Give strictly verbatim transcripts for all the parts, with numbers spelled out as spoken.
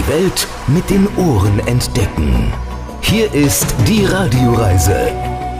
Die Welt mit den Ohren entdecken. Hier ist die Radioreise.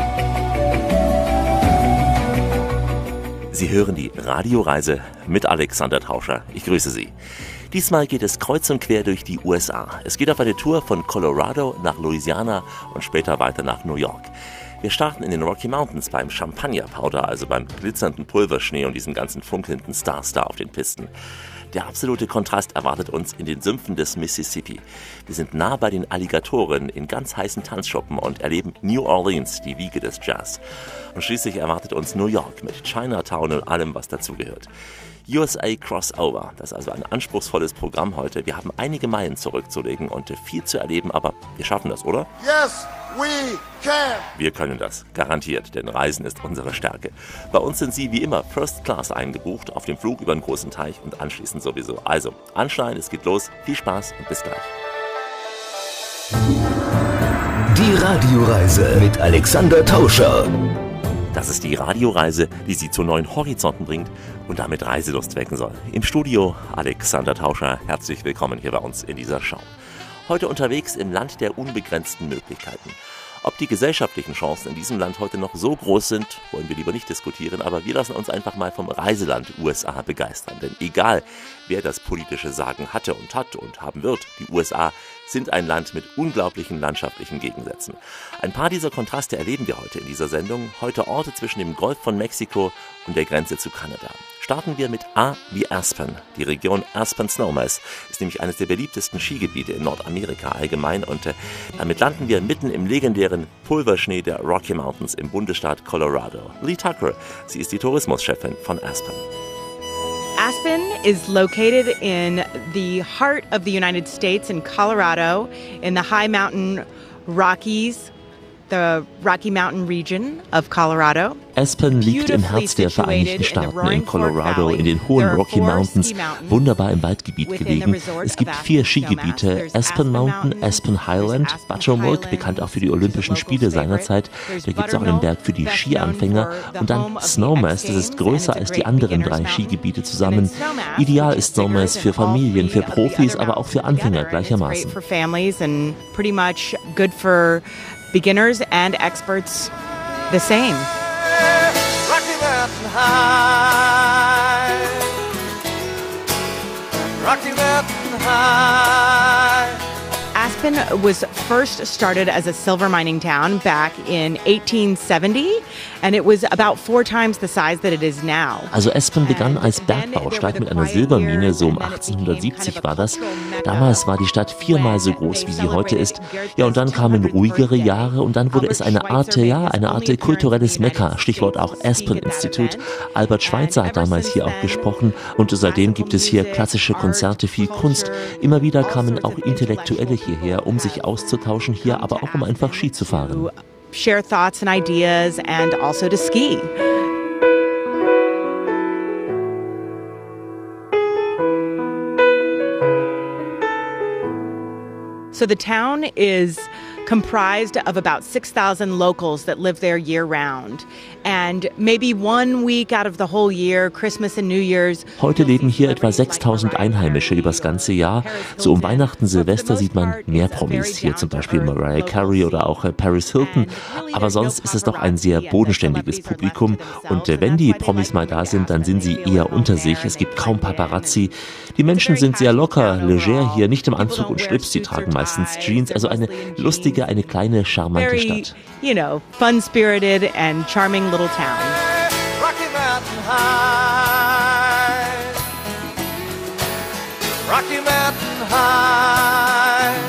Sie hören die Radioreise mit Alexander Tauscher. Ich grüße Sie. Diesmal geht es kreuz und quer durch die U S A. Es geht auf eine Tour von Colorado nach Louisiana und später weiter nach New York. Wir starten in den Rocky Mountains beim Champagner-Powder, also beim glitzernden Pulverschnee und diesen ganzen funkelnden Stars da auf den Pisten. Der absolute Kontrast erwartet uns in den Sümpfen des Mississippi. Wir sind nah bei den Alligatoren in ganz heißen Tanzschuppen und erleben New Orleans, die Wiege des Jazz. Und schließlich erwartet uns New York mit Chinatown und allem, was dazugehört. U S A Crossover, das ist also ein anspruchsvolles Programm heute. Wir haben einige Meilen zurückzulegen und viel zu erleben, aber wir schaffen das, oder? Yes, we can! Wir können das, garantiert, denn Reisen ist unsere Stärke. Bei uns sind Sie wie immer First Class eingebucht, auf dem Flug über den großen Teich und anschließend sowieso. Also, anschneiden, es geht los, viel Spaß und bis gleich. Die Radioreise mit Alexander Tauscher. Das ist die Radioreise, die Sie zu neuen Horizonten bringt und damit Reiselust wecken soll. Im Studio Alexander Tauscher, herzlich willkommen hier bei uns in dieser Show. Heute unterwegs im Land der unbegrenzten Möglichkeiten. Ob die gesellschaftlichen Chancen in diesem Land heute noch so groß sind, wollen wir lieber nicht diskutieren, aber wir lassen uns einfach mal vom Reiseland U S A begeistern. Denn egal, wer das politische Sagen hatte und hat und haben wird, die U S A sind ein Land mit unglaublichen landschaftlichen Gegensätzen. Ein paar dieser Kontraste erleben wir heute in dieser Sendung. Heute Orte zwischen dem Golf von Mexiko und der Grenze zu Kanada. Starten wir mit A wie Aspen. Die Region Aspen-Snowmass ist nämlich eines der beliebtesten Skigebiete in Nordamerika allgemein und äh, damit landen wir mitten im legendären Pulverschnee der Rocky Mountains im Bundesstaat Colorado. Lee Tucker, sie ist die Tourismuschefin von Aspen. Aspen is located in the heart of the United States in Colorado, in the high mountain Rockies, the Rocky Mountain region of Colorado. Aspen liegt im Herz der Vereinigten Staaten in Colorado, in den hohen Rocky Mountains, wunderbar im Waldgebiet gelegen. Es gibt vier Skigebiete, Aspen Mountain, Aspen Highland, Buttermilk, bekannt auch für die Olympischen Spiele seinerzeit. Da gibt es auch einen Berg für die Skianfänger. Und dann Snowmass, das ist größer als die anderen drei Skigebiete zusammen. Ideal ist Snowmass für Familien, für Profis, aber auch für Anfänger gleichermaßen. Beginners and experts the same. Rocky Mountain High. Rocky Mountain High. Aspen was first started as a silver mining town back in eighteen seventy, and it was about four times the size that it is now. Also Aspen begann als Bergbaustadt mit einer Silbermine, so um achtzehnhundertsiebzig war das. Damals war die Stadt viermal so groß, wie sie heute ist. Ja, und dann kamen ruhigere Jahre und dann wurde es eine Art, ja, eine Art kulturelles Mekka, Stichwort auch Aspen-Institut. Albert Schweitzer hat damals hier auch gesprochen und seitdem gibt es hier klassische Konzerte, viel Kunst. Immer wieder kamen auch Intellektuelle hierher, um sich auszutauschen, hier aber auch um einfach Ski zu fahren. Share thoughts and ideas and also to ski. So the town is comprised of about six thousand locals that live there year-round. And maybe one week out of the whole year, Christmas and New Year's. Heute leben hier etwa sechstausend Einheimische übers ganze Jahr. So um Weihnachten, Silvester sieht man mehr Promis. Hier zum Beispiel Mariah Carey oder auch Paris Hilton. Aber sonst ist es doch ein sehr bodenständiges Publikum. Und wenn die Promis mal da sind, dann sind sie eher unter sich. Es gibt kaum Paparazzi. Die Menschen sind sehr locker, leger hier, nicht im Anzug und Schlips. Sie tragen meistens Jeans. Also eine lustige, eine kleine, charmante Stadt. You know, fun-spirited and charming little town. Rocky Mountain High. Rocky Mountain High.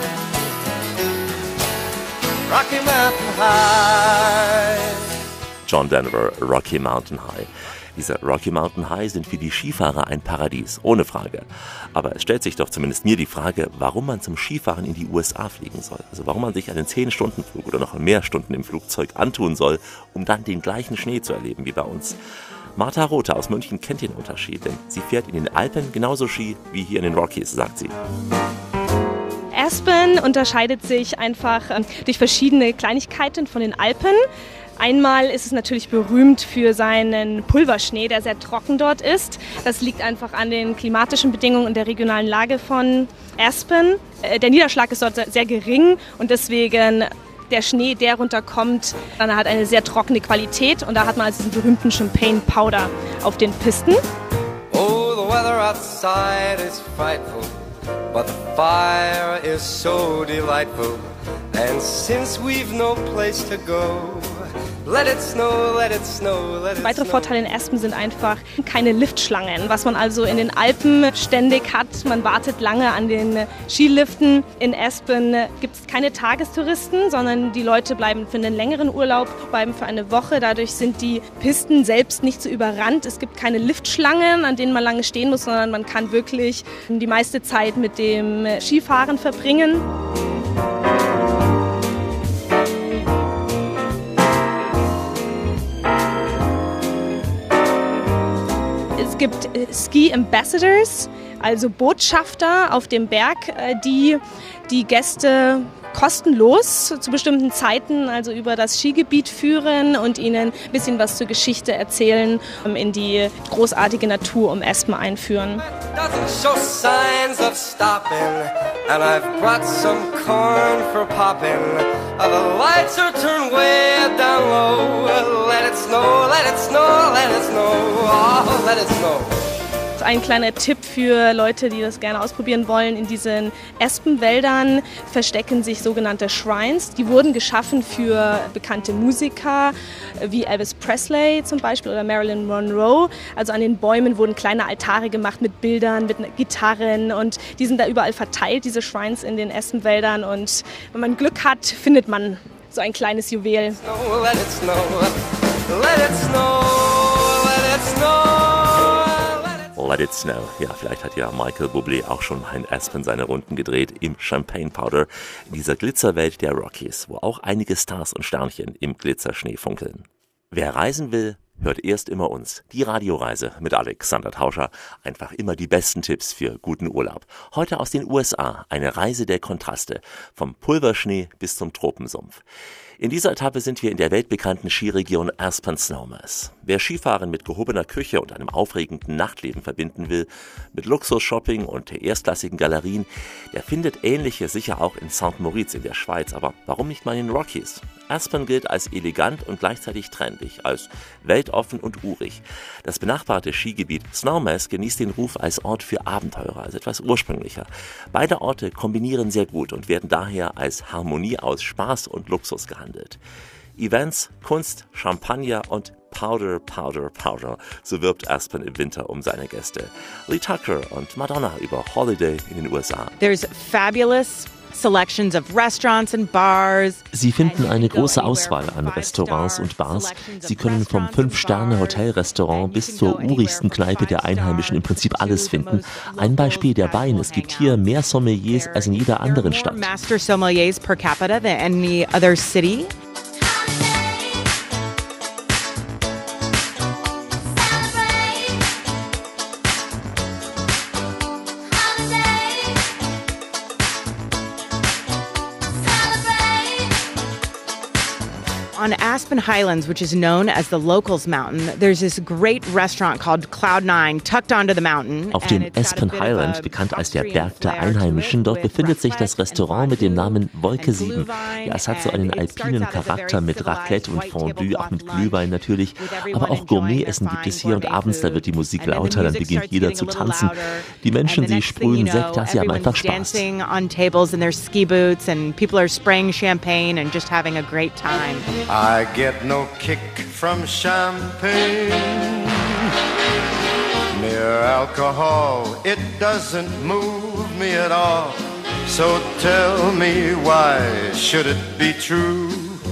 Rocky Mountain High. John Denver, Rocky Mountain High. Diese Rocky Mountain High sind für die Skifahrer ein Paradies, ohne Frage. Aber es stellt sich doch zumindest mir die Frage, warum man zum Skifahren in die U S A fliegen soll. Also warum man sich einen zehn-Stunden-Flug oder noch mehr Stunden im Flugzeug antun soll, um dann den gleichen Schnee zu erleben wie bei uns. Martha Rothe aus München kennt den Unterschied, denn sie fährt in den Alpen genauso Ski wie hier in den Rockies, sagt sie. Aspen unterscheidet sich einfach durch verschiedene Kleinigkeiten von den Alpen. Einmal ist es natürlich berühmt für seinen Pulverschnee, der sehr trocken dort ist. Das liegt einfach an den klimatischen Bedingungen und der regionalen Lage von Aspen. Der Niederschlag ist dort sehr gering und deswegen der Schnee, der runterkommt, dann hat eine sehr trockene Qualität und da hat man also diesen berühmten Champagne Powder auf den Pisten. Oh, the weather outside is frightful, but the fire is so delightful. And since we've no place to go, let it snow, let it snow, let it Weitere snow. Vorteile in Aspen sind einfach keine Liftschlangen, was man also in den Alpen ständig hat. Man wartet lange an den Skiliften. In Aspen gibt es keine Tagestouristen, sondern die Leute bleiben für einen längeren Urlaub, bleiben für eine Woche. Dadurch sind die Pisten selbst nicht so überrannt. Es gibt keine Liftschlangen, an denen man lange stehen muss, sondern man kann wirklich die meiste Zeit mit dem Skifahren verbringen. Es gibt Ski Ambassadors, also Botschafter auf dem Berg, die die Gäste kostenlos zu bestimmten Zeiten also über das Skigebiet führen und ihnen ein bisschen was zur Geschichte erzählen, in die großartige Natur um Aspen einführen. Doesn't show signs of stopping, and I've brought some corn for popping. Uh, the lights are turned way down low. Let it snow, let it snow, let it snow, oh, let it snow. Ein kleiner Tipp für Leute, die das gerne ausprobieren wollen. In diesen Aspenwäldern verstecken sich sogenannte Shrines. Die wurden geschaffen für bekannte Musiker wie Elvis Presley zum Beispiel oder Marilyn Monroe. Also an den Bäumen wurden kleine Altare gemacht mit Bildern, mit Gitarren und die sind da überall verteilt, diese Shrines in den Aspenwäldern. Und wenn man Glück hat, findet man so ein kleines Juwel. Snow, let it snow, let it snow, let it snow. Let It Snow. Ja, vielleicht hat ja Michael Bublé auch schon mal in Aspen seine Runden gedreht im Champagne Powder, in dieser Glitzerwelt der Rockies, wo auch einige Stars und Sternchen im Glitzerschnee funkeln. Wer reisen will, hört erst immer uns. Die Radioreise mit Alexander Tauscher. Einfach immer die besten Tipps für guten Urlaub. Heute aus den U S A. Eine Reise der Kontraste. Vom Pulverschnee bis zum Tropensumpf. In dieser Etappe sind wir in der weltbekannten Skiregion Aspen-Snowmass. Wer Skifahren mit gehobener Küche und einem aufregenden Nachtleben verbinden will, mit Luxusshopping und erstklassigen Galerien, der findet Ähnliches sicher auch in Sankt Moritz in der Schweiz. Aber warum nicht mal in den Rockies? Aspen gilt als elegant und gleichzeitig trendig, als weltoffen und urig. Das benachbarte Skigebiet Snowmass genießt den Ruf als Ort für Abenteurer, also etwas ursprünglicher. Beide Orte kombinieren sehr gut und werden daher als Harmonie aus Spaß und Luxus gehandelt. Events, Kunst, Champagner und Powder, Powder, Powder. So wirbt Aspen im Winter um seine Gäste. Lee Tucker und Madonna über Holiday in den U S A. There's fabulous selections of restaurants and bars. Sie finden eine große Auswahl an Restaurants und Bars. Sie können vom Fünf-Sterne-Hotel-Restaurant bis zur urigsten Kneipe der Einheimischen im Prinzip alles finden. Ein Beispiel der Wein. Es gibt hier mehr Sommeliers als in jeder anderen Stadt. Master sommeliers per capita than any other city. On Aspen Highlands, which is known as the Locals Mountain, there's this great restaurant called Cloud Nine, tucked onto the mountain. Auf dem Aspen Highland, bekannt als der Berg der Einheimischen, dort befindet sich das Restaurant mit dem Namen Wolke sieben. Ja, es hat so einen alpinen Charakter mit Raclette und Fondue, auch mit Glühwein natürlich. Aber auch Gourmetessen gibt es hier und abends, da wird die Musik lauter, dann beginnt jeder zu tanzen. Die Menschen, sie sprühen Sekt, ja, sie haben einfach Spaß. On tables in their ski boots and people are spraying champagne and just having a great time. I get no kick from champagne. Mere alcohol, it doesn't move me at all. So tell me, why should it be true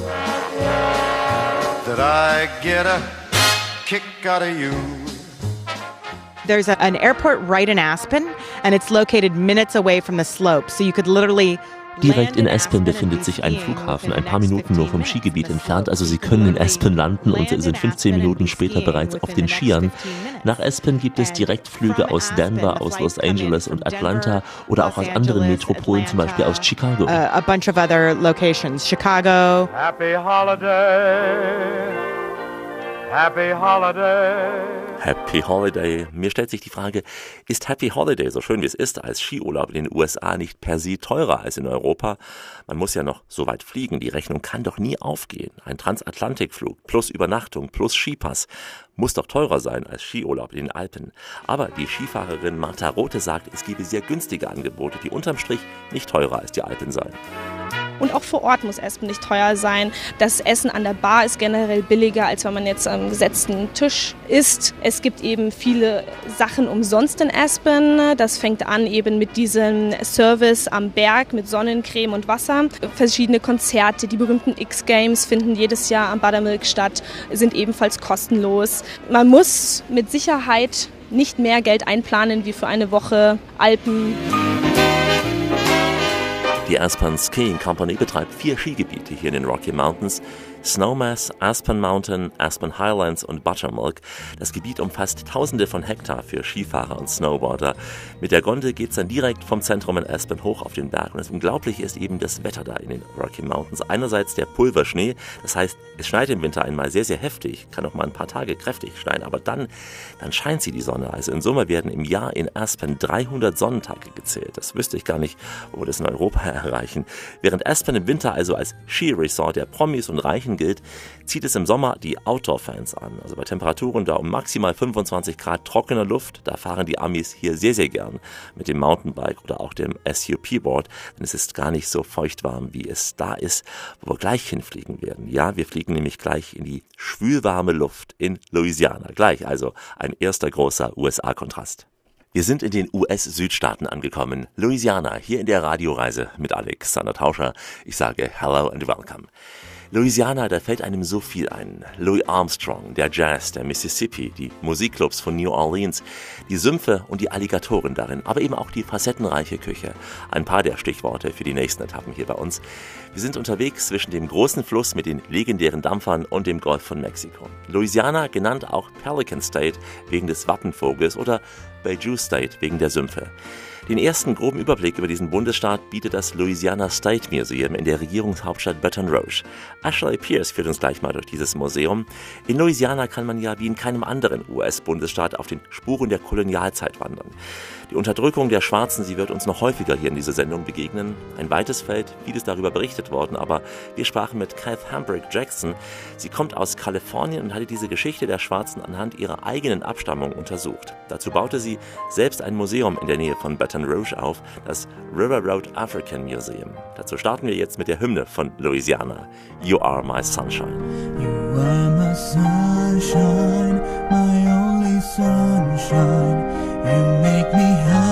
that I get a kick out of you? There's a, an airport right in Aspen, and it's located minutes away from the slope, so you could literally Direkt in Aspen befindet sich ein Flughafen, ein paar Minuten nur vom Skigebiet entfernt. Also Sie können in Aspen landen und sind fünfzehn Minuten später bereits auf den Skiern. Nach Aspen gibt es Direktflüge aus Denver, aus Los Angeles und Atlanta oder auch aus anderen Metropolen, zum Beispiel aus Chicago. A bunch of other locations. Chicago. Happy holiday. Happy holiday. Happy Holiday. Mir stellt sich die Frage, ist Happy Holiday, so schön wie es ist, als Skiurlaub in den U S A nicht per se teurer als in Europa? Man muss ja noch so weit fliegen, die Rechnung kann doch nie aufgehen. Ein Transatlantikflug plus Übernachtung plus Skipass muss doch teurer sein als Skiurlaub in den Alpen. Aber die Skifahrerin Martha Rothe sagt, es gebe sehr günstige Angebote, die unterm Strich nicht teurer als die Alpen seien. Und auch vor Ort muss Aspen nicht teuer sein. Das Essen an der Bar ist generell billiger, als wenn man jetzt am gesetzten Tisch isst. Es gibt eben viele Sachen umsonst in Aspen. Das fängt an eben mit diesem Service am Berg mit Sonnencreme und Wasser. Verschiedene Konzerte, die berühmten X-Games finden jedes Jahr am Buttermilk statt, sind ebenfalls kostenlos. Man muss mit Sicherheit nicht mehr Geld einplanen wie für eine Woche Alpen. Die Aspen Skiing Company betreibt vier Skigebiete hier in den Rocky Mountains. Snowmass, Aspen Mountain, Aspen Highlands und Buttermilk. Das Gebiet umfasst tausende von Hektar für Skifahrer und Snowboarder. Mit der Gondel geht's dann direkt vom Zentrum in Aspen hoch auf den Berg. Und das Unglaubliche ist eben das Wetter da in den Rocky Mountains. Einerseits der Pulverschnee, das heißt, es schneit im Winter einmal sehr, sehr heftig, kann auch mal ein paar Tage kräftig schneien, aber dann, dann scheint sie die Sonne. Also in Summe werden im Jahr in Aspen dreihundert Sonnentage gezählt. Das wüsste ich gar nicht, wo wir das in Europa erreichen. Während Aspen im Winter also als Skiresort der Promis und Reichen gilt, zieht es im Sommer die Outdoor-Fans an. Also bei Temperaturen da um maximal fünfundzwanzig Grad trockener Luft, da fahren die Amis hier sehr, sehr gern mit dem Mountainbike oder auch dem S U P-Board, denn es ist gar nicht so feuchtwarm, wie es da ist, wo wir gleich hinfliegen werden. Ja, wir fliegen nämlich gleich in die schwülwarme Luft in Louisiana. Gleich also ein erster großer U S A-Kontrast. Wir sind in den U S-Südstaaten angekommen. Louisiana, hier in der Radioreise mit Alexander Tauscher. Ich sage hello and welcome. Louisiana, da fällt einem so viel ein. Louis Armstrong, der Jazz, der Mississippi, die Musikclubs von New Orleans, die Sümpfe und die Alligatoren darin, aber eben auch die facettenreiche Küche. Ein paar der Stichworte für die nächsten Etappen hier bei uns. Wir sind unterwegs zwischen dem großen Fluss mit den legendären Dampfern und dem Golf von Mexiko. Louisiana, genannt auch Pelican State wegen des Wappenvogels oder Bayou State wegen der Sümpfe. Den ersten groben Überblick über diesen Bundesstaat bietet das Louisiana State Museum in der Regierungshauptstadt Baton Rouge. Ashley Pierce führt uns gleich mal durch dieses Museum. In Louisiana kann man ja wie in keinem anderen U S-Bundesstaat auf den Spuren der Kolonialzeit wandern. Die Unterdrückung der Schwarzen, sie wird uns noch häufiger hier in dieser Sendung begegnen. Ein weites Feld, vieles darüber berichtet worden, aber wir sprachen mit Kath Hambrick Jackson. Sie kommt aus Kalifornien und hatte diese Geschichte der Schwarzen anhand ihrer eigenen Abstammung untersucht. Dazu baute sie selbst ein Museum in der Nähe von Baton Rouge auf, das River Road African Museum. Dazu starten wir jetzt mit der Hymne von Louisiana. You are my sunshine. You are my sunshine, my only sunshine. You make me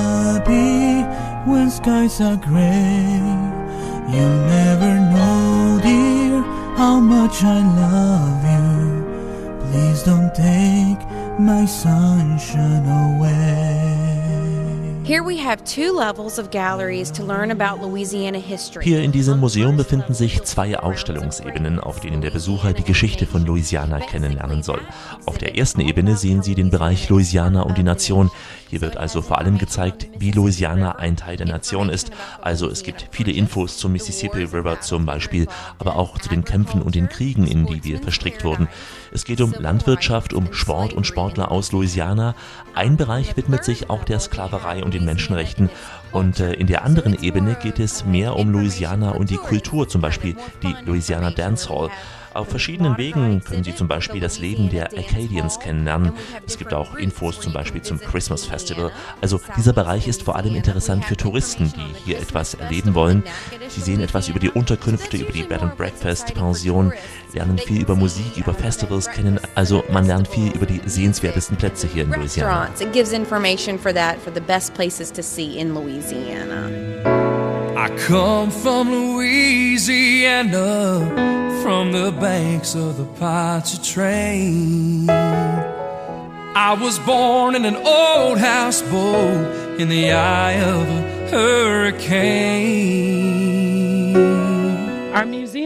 happy when skies are gray. You never know, dear, how much I love you. Please don't take my sunshine away. Here we have two levels of galleries to learn about Louisiana history. Hier in diesem Museum befinden sich zwei Ausstellungsebenen, auf denen der Besucher die Geschichte von Louisiana kennenlernen soll. Auf der ersten Ebene sehen Sie den Bereich Louisiana und die Nation. Hier wird also vor allem gezeigt, wie Louisiana ein Teil der Nation ist. Also es gibt viele Infos zum Mississippi River zum Beispiel, aber auch zu den Kämpfen und den Kriegen, in die wir verstrickt wurden. Es geht um Landwirtschaft, um Sport und Sportler aus Louisiana. Ein Bereich widmet sich auch der Sklaverei und den Menschenrechten. Und äh, in der anderen Ebene geht es mehr um Louisiana und die Kultur, zum Beispiel die Louisiana Dance Hall. Auf verschiedenen Wegen können Sie zum Beispiel das Leben der Acadians kennenlernen. Es gibt auch Infos zum Beispiel zum Christmas Festival. Also dieser Bereich ist vor allem interessant für Touristen, die hier etwas erleben wollen. Sie sehen etwas über die Unterkünfte, über die Bed and Breakfast Pension, lernen viel über Musik, über Festivals kennen. Also man lernt viel über die sehenswertesten Plätze hier in Louisiana. It gives information for that, for the best places to see in Louisiana. I come from Louisiana, from the banks of the Pontchartrain. I was born in an old houseboat in the eye of a hurricane.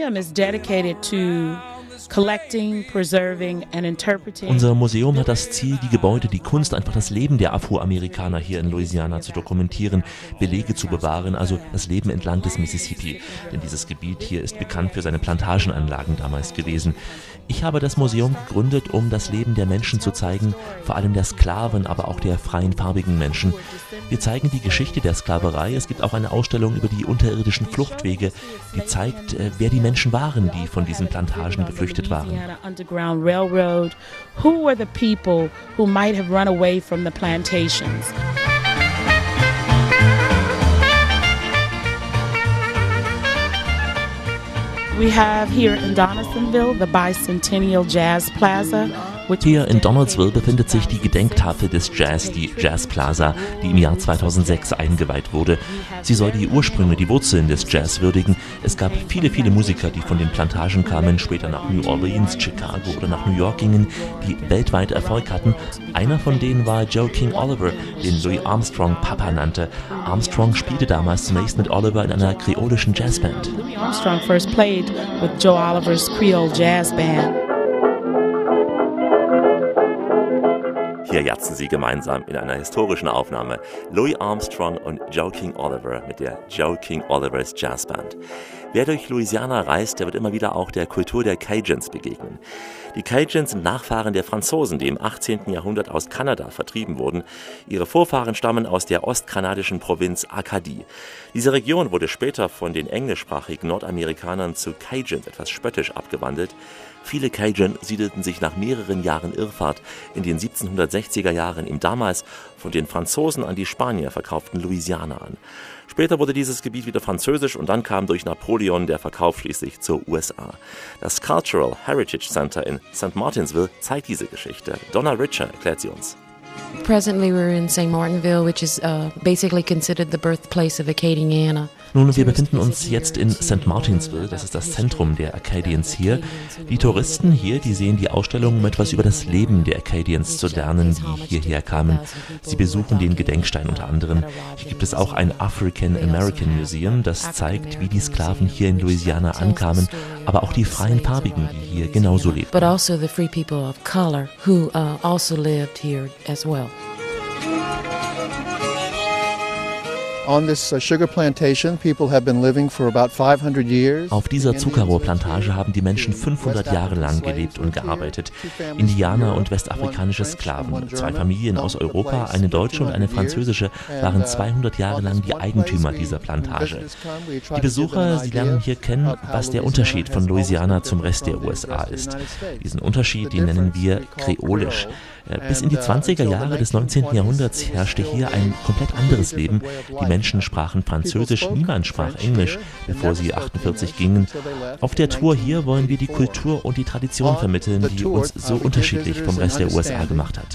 museum is dedicated to collecting, preserving and interpreting. Unser Museum hat das Ziel, die Gebäude, die Kunst, einfach das Leben der Afroamerikaner hier in Louisiana zu dokumentieren, Belege zu bewahren, also das Leben entlang des Mississippi. Denn dieses Gebiet hier ist bekannt für seine Plantagenanlagen damals gewesen. Ich habe das Museum gegründet, um das Leben der Menschen zu zeigen, vor allem der Sklaven, aber auch der freien farbigen Menschen. Wir zeigen die Geschichte der Sklaverei. Es gibt auch eine Ausstellung über die unterirdischen Fluchtwege, die zeigt, wer die Menschen waren, die von diesen Plantagen geflüchtet waren. Underground Railroad. Who were the people who might have run away from the plantations? We have here in Donaldsonville the Bicentennial Jazz Plaza. Hier in Donaldsonville befindet sich die Gedenktafel des Jazz, die Jazz Plaza, die im Jahr zweitausendsechs eingeweiht wurde. Sie soll die Ursprünge, die Wurzeln des Jazz würdigen. Es gab viele, viele Musiker, die von den Plantagen kamen, später nach New Orleans, Chicago oder nach New York gingen, die weltweit Erfolg hatten. Einer von denen war Joe King Oliver, den Louis Armstrong Papa nannte. Armstrong spielte damals zunächst mit Oliver in einer kreolischen Jazzband. Louis Armstrong first played with Joe Oliver's Creole Jazz Band. Hier jatzen sie gemeinsam in einer historischen Aufnahme Louis Armstrong und Joe King Oliver mit der Joe King Olivers Jazzband. Wer durch Louisiana reist, der wird immer wieder auch der Kultur der Cajuns begegnen. Die Cajuns sind Nachfahren der Franzosen, die im achtzehnten Jahrhundert aus Kanada vertrieben wurden. Ihre Vorfahren stammen aus der ostkanadischen Provinz Acadie. Diese Region wurde später von den englischsprachigen Nordamerikanern zu Cajuns etwas spöttisch abgewandelt. Viele Cajun siedelten sich nach mehreren Jahren Irrfahrt in den siebzehnhundertsechziger Jahren im damals von den Franzosen an die Spanier verkauften Louisiana an. Später wurde dieses Gebiet wieder französisch und dann kam durch Napoleon der Verkauf schließlich zur U S A. Das Cultural Heritage Center in Saint Martinsville zeigt diese Geschichte. Donna Richer erklärt sie uns. Presently we're in Saint Martinville, which is uh, basically considered the birthplace of Acadiana. Nun, wir befinden uns jetzt in Saint Martinsville, das ist das Zentrum der Acadians hier. Die Touristen hier, die sehen die Ausstellung, um etwas über das Leben der Acadians zu lernen, die hierher kamen. Sie besuchen den Gedenkstein unter anderem. Hier gibt es auch ein African American Museum, das zeigt, wie die Sklaven hier in Louisiana ankamen, aber auch die freien Farbigen, die hier genauso lebten. But also the free people of color who uh, also lived here as well. On this sugar plantation, people have been living for about five hundred years. Auf dieser Zuckerrohrplantage haben die Menschen fünfhundert Jahre lang gelebt und gearbeitet. Indianer und westafrikanische Sklaven. Zwei Familien aus Europa, eine deutsche und eine französische, waren zweihundert Jahre lang die Eigentümer dieser Plantage. Die Besucher, sie lernen hier kennen, was der Unterschied von Louisiana zum Rest der U S A ist. Diesen Unterschied, den nennen wir kreolisch. Bis in die zwanziger Jahre des neunzehnten Jahrhunderts herrschte hier ein komplett anderes Leben. Die Menschen sprachen Französisch, niemand sprach Englisch, bevor sie achtundvierzig gingen. Auf der Tour hier wollen wir die Kultur und die Tradition vermitteln, die uns so unterschiedlich vom Rest der U S A gemacht hat.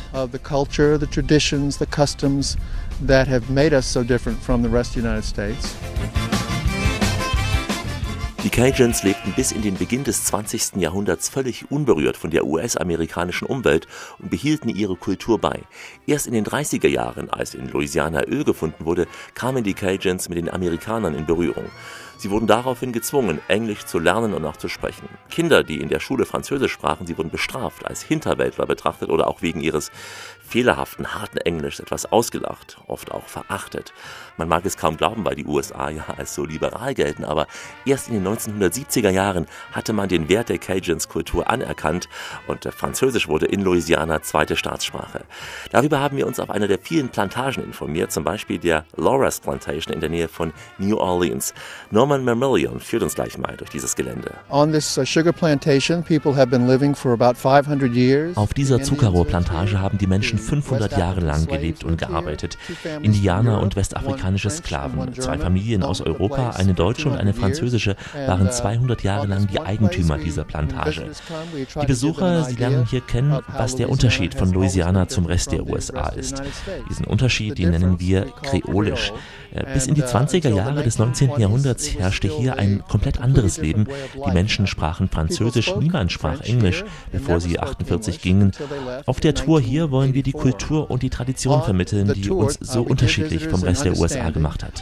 Die Cajuns lebten bis in den Beginn des zwanzigsten Jahrhunderts völlig unberührt von der U S-amerikanischen Umwelt und behielten ihre Kultur bei. Erst in den dreißiger Jahren, als in Louisiana Öl gefunden wurde, kamen die Cajuns mit den Amerikanern in Berührung. Sie wurden daraufhin gezwungen, Englisch zu lernen und auch zu sprechen. Kinder, die in der Schule Französisch sprachen, sie wurden bestraft, als Hinterwäldler betrachtet oder auch wegen ihres fehlerhaften, harten Englischs etwas ausgelacht, oft auch verachtet. Man mag es kaum glauben, weil die U S A ja als so liberal gelten, aber erst in den neunzehnhundertsiebziger Jahren hatte man den Wert der Cajuns-Kultur anerkannt und Französisch wurde in Louisiana zweite Staatssprache. Darüber haben wir uns auf einer der vielen Plantagen informiert, zum Beispiel der Laura's Plantation in der Nähe von New Orleans. Norman Mermillion führt uns gleich mal durch dieses Gelände. On this sugar plantation, people have been living for about five hundred years. Auf dieser Zuckerrohrplantage haben die Menschen fünfhundert Jahre lang gelebt und gearbeitet. Indianer und westafrikanische Sklaven. Zwei Familien aus Europa, eine deutsche und eine französische, waren zweihundert Jahre lang die Eigentümer dieser Plantage. Die Besucher, sie lernen hier kennen, was der Unterschied von Louisiana zum Rest der U S A ist. Diesen Unterschied, den nennen wir kreolisch. Bis in die zwanziger Jahre des neunzehnten Jahrhunderts herrschte hier ein komplett anderes Leben. Die Menschen sprachen Französisch, niemand sprach Englisch, bevor sie achtundvierzig gingen. Auf der Tour hier wollen wir die Kultur und die Tradition vermitteln, die uns so unterschiedlich vom Rest der U S A gemacht hat.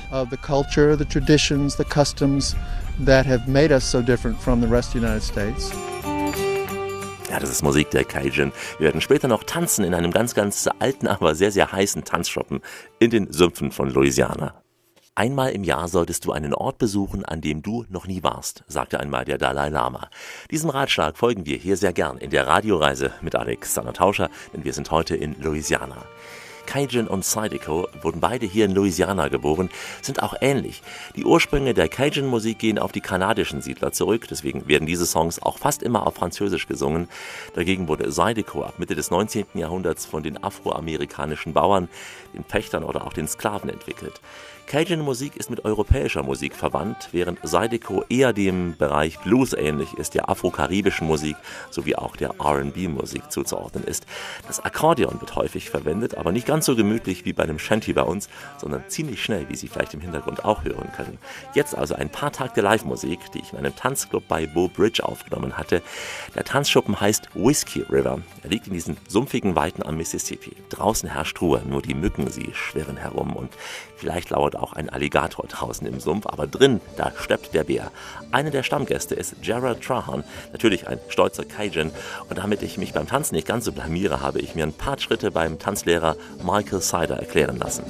Ja, das ist Musik der Cajun. Wir werden später noch tanzen in einem ganz, ganz alten, aber sehr, sehr heißen Tanzschuppen in den Sümpfen von Louisiana. Einmal im Jahr solltest du einen Ort besuchen, an dem du noch nie warst, sagte einmal der Dalai Lama. Diesem Ratschlag folgen wir hier sehr gern in der Radioreise mit Alexander Tauscher, denn wir sind heute in Louisiana. Cajun und Zydeco wurden beide hier in Louisiana geboren, sind auch ähnlich. Die Ursprünge der Cajun-Musik gehen auf die kanadischen Siedler zurück, deswegen werden diese Songs auch fast immer auf Französisch gesungen. Dagegen wurde Zydeco ab Mitte des neunzehnten Jahrhunderts von den afroamerikanischen Bauern, den Pächtern oder auch den Sklaven entwickelt. Cajun-Musik ist mit europäischer Musik verwandt, während Zydeco eher dem Bereich Blues ähnlich ist, der afrokaribischen Musik sowie auch der R and B-Musik zuzuordnen ist. Das Akkordeon wird häufig verwendet, aber nicht ganz so gemütlich wie bei einem Shanty bei uns, sondern ziemlich schnell, wie Sie vielleicht im Hintergrund auch hören können. Jetzt also ein paar Takte Live-Musik, die ich in einem Tanzclub bei Bow Bridge aufgenommen hatte. Der Tanzschuppen heißt Whiskey River. Er liegt in diesen sumpfigen Weiten am Mississippi. Draußen herrscht Ruhe, nur die Mücken, sie schwirren herum und vielleicht lauert auch ein Alligator draußen im Sumpf, aber drin, da steppt der Bär. Einer der Stammgäste ist Jared Trahan, natürlich ein stolzer Cajun. Und damit ich mich beim Tanzen nicht ganz so blamiere, habe ich mir ein paar Schritte beim Tanzlehrer Michael Sider erklären lassen.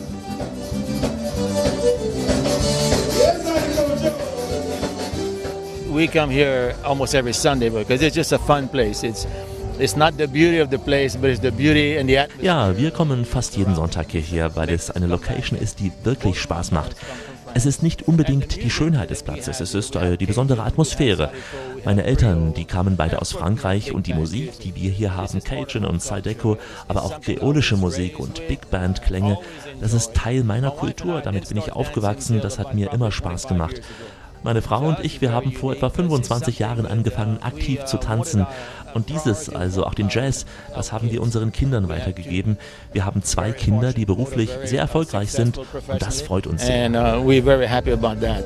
We come here almost every Sunday because it's just a fun place. It's It's not the beauty of the place, but it's the beauty and the atmosphere. Ja, wir kommen fast jeden Sonntag hierher, weil es eine Location ist, die wirklich Spaß macht. Es ist nicht unbedingt die Schönheit des Platzes, es ist äh, die besondere Atmosphäre. Meine Eltern, die kamen beide aus Frankreich und die Musik, die wir hier haben, Cajun und Zydeco, aber auch kreolische Musik und Big Band Klänge, das ist Teil meiner Kultur, damit bin ich aufgewachsen, das hat mir immer Spaß gemacht. Meine Frau und ich, wir haben vor etwa fünfundzwanzig Jahren angefangen, aktiv zu tanzen. Und dieses, also auch den Jazz, das haben wir unseren Kindern weitergegeben. Wir haben zwei Kinder, die beruflich sehr erfolgreich sind und das freut uns sehr. And uh, we're very happy about that.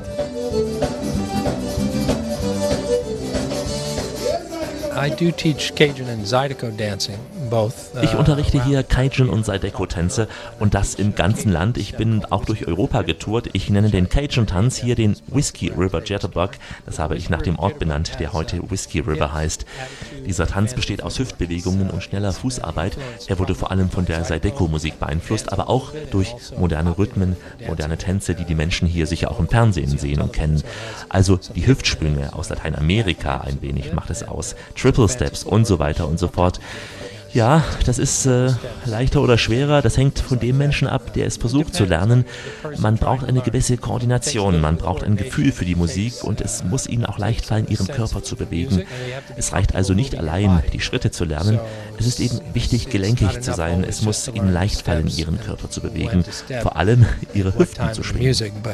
I do teach Cajun and Zydeco dancing, both. Ich unterrichte hier Cajun und Zydeco-Tänze und das im ganzen Land. Ich bin auch durch Europa getourt. Ich nenne den Cajun-Tanz hier den Whiskey River Jitterbug. Das habe ich nach dem Ort benannt, der heute Whiskey River heißt. Dieser Tanz besteht aus Hüftbewegungen und schneller Fußarbeit. Er wurde vor allem von der Zydeco-Musik beeinflusst, aber auch durch moderne Rhythmen, moderne Tänze, die die Menschen hier sicher auch im Fernsehen sehen und kennen. Also die Hüftsprünge aus Lateinamerika ein wenig macht es aus. Triple Steps und so weiter und so fort. Ja, das ist äh, leichter oder schwerer, das hängt von dem Menschen ab, der es versucht zu lernen. Man braucht eine gewisse Koordination, man braucht ein Gefühl für die Musik und es muss ihnen auch leicht fallen, ihren Körper zu bewegen. Es reicht also nicht allein, die Schritte zu lernen. Es ist eben wichtig, gelenkig zu sein. Es muss ihnen leicht fallen, ihren Körper zu bewegen, vor allem ihre Hüften zu schwingen.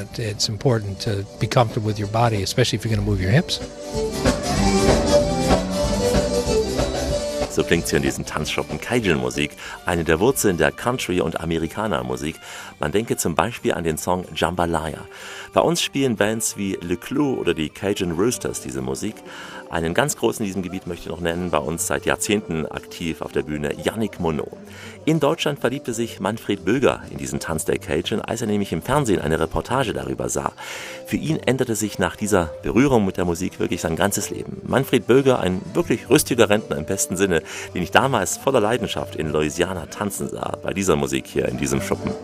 So klingt es hier in diesem Tanzschuppen. Cajun-Musik, eine der Wurzeln der Country- und Amerikaner-Musik. Man denke zum Beispiel an den Song Jambalaya. Bei uns spielen Bands wie Le Clou oder die Cajun Roosters diese Musik. Einen ganz großen in diesem Gebiet möchte ich noch nennen, bei uns seit Jahrzehnten aktiv auf der Bühne, Yannick Monod. In Deutschland verliebte sich Manfred Böger in diesen Tanz der Cajun, als er nämlich im Fernsehen eine Reportage darüber sah. Für ihn änderte sich nach dieser Berührung mit der Musik wirklich sein ganzes Leben. Manfred Böger, ein wirklich rüstiger Rentner im besten Sinne, den ich damals voller Leidenschaft in Louisiana tanzen sah, bei dieser Musik hier in diesem Schuppen.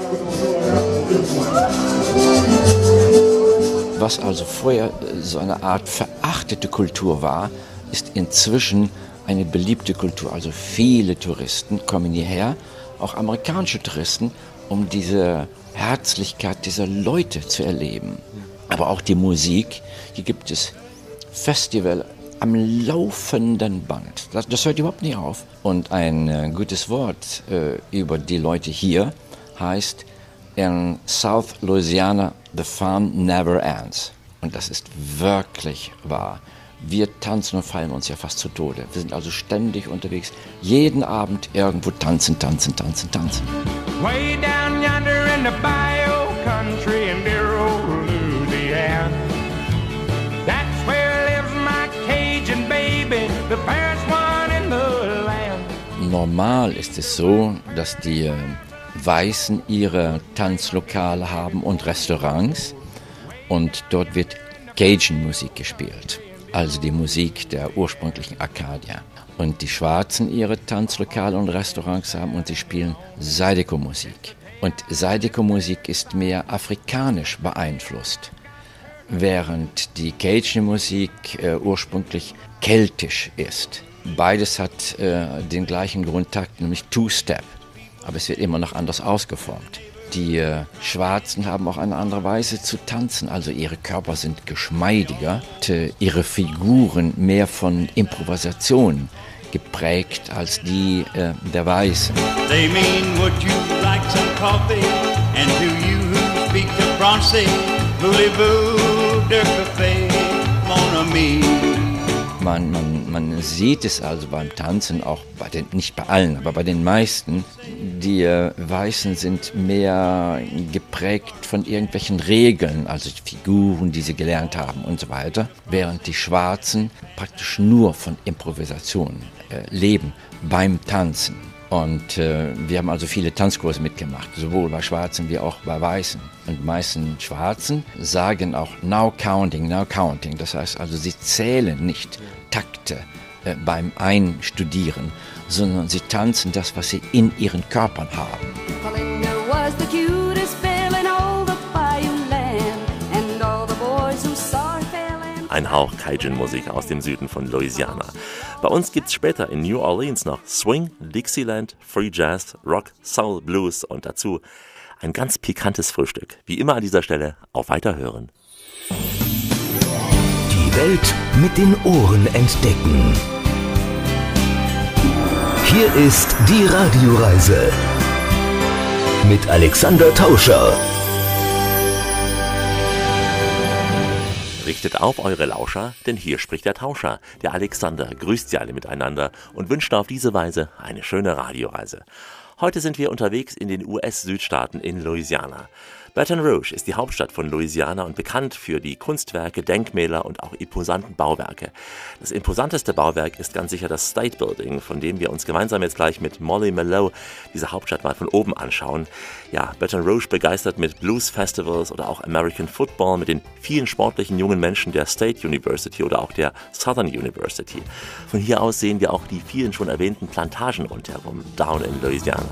Was also vorher so eine Art verachtete Kultur war, ist inzwischen eine beliebte Kultur. Also viele Touristen kommen hierher, auch amerikanische Touristen, um diese Herzlichkeit dieser Leute zu erleben. Aber auch die Musik, hier gibt es Festival am laufenden Band. Das, das hört überhaupt nicht auf. Und ein äh, gutes Wort äh, über die Leute hier heißt, in South Louisiana, the fun never ends. Und das ist wirklich wahr. Wir tanzen und fallen uns ja fast zu Tode. Wir sind also ständig unterwegs. Jeden Abend irgendwo tanzen, tanzen, tanzen, tanzen. Way down yonder in the bio country. Normal ist es so, dass die äh, Weißen ihre Tanzlokale haben und Restaurants und dort wird Cajun-Musik gespielt, also die Musik der ursprünglichen Akadier. Und die Schwarzen ihre Tanzlokale und Restaurants haben und sie spielen Zydeco-Musik. Und Zydeco-Musik ist mehr afrikanisch beeinflusst, während die Cajun-Musik äh, ursprünglich keltisch ist. Beides hat äh, den gleichen Grundtakt, nämlich Two-Step, aber es wird immer noch anders ausgeformt. Die äh, Schwarzen haben auch eine andere Weise zu tanzen, also ihre Körper sind geschmeidiger, und, äh, ihre Figuren mehr von Improvisation geprägt als die äh, der Weißen. They mean, would you like some coffee? And to you who speak the Francais, voulez-vous de café, mon ami? Man, man, man sieht es also beim Tanzen, auch bei den, nicht bei allen, aber bei den meisten, die äh, Weißen sind mehr geprägt von irgendwelchen Regeln, also Figuren, die sie gelernt haben und so weiter, während die Schwarzen praktisch nur von Improvisation äh, leben beim Tanzen. Und äh, wir haben also viele Tanzkurse mitgemacht, sowohl bei Schwarzen wie auch bei Weißen. Und die meisten Schwarzen sagen auch now counting, now counting. Das heißt also, sie zählen nicht Takte äh, beim Einstudieren, sondern sie tanzen das, was sie in ihren Körpern haben. Ein Hauch Cajun-Musik aus dem Süden von Louisiana. Bei uns gibt's später in New Orleans noch Swing, Dixieland, Free Jazz, Rock, Soul, Blues und dazu ein ganz pikantes Frühstück. Wie immer an dieser Stelle auf Weiterhören. Die Welt mit den Ohren entdecken. Hier ist die Radioreise mit Alexander Tauscher. Richtet auf eure Lauscher, denn hier spricht der Tauscher. Der Alexander grüßt sie alle miteinander und wünscht auf diese Weise eine schöne Radioreise. Heute sind wir unterwegs in den U S-Südstaaten in Louisiana. Baton Rouge ist die Hauptstadt von Louisiana und bekannt für die Kunstwerke, Denkmäler und auch imposanten Bauwerke. Das imposanteste Bauwerk ist ganz sicher das State Building, von dem wir uns gemeinsam jetzt gleich mit Molly Mallow diese Hauptstadt mal von oben anschauen. Ja, Baton Rouge begeistert mit Blues-Festivals oder auch American Football, mit den vielen sportlichen jungen Menschen der State University oder auch der Southern University. Von hier aus sehen wir auch die vielen schon erwähnten Plantagen rundherum, down in Louisiana.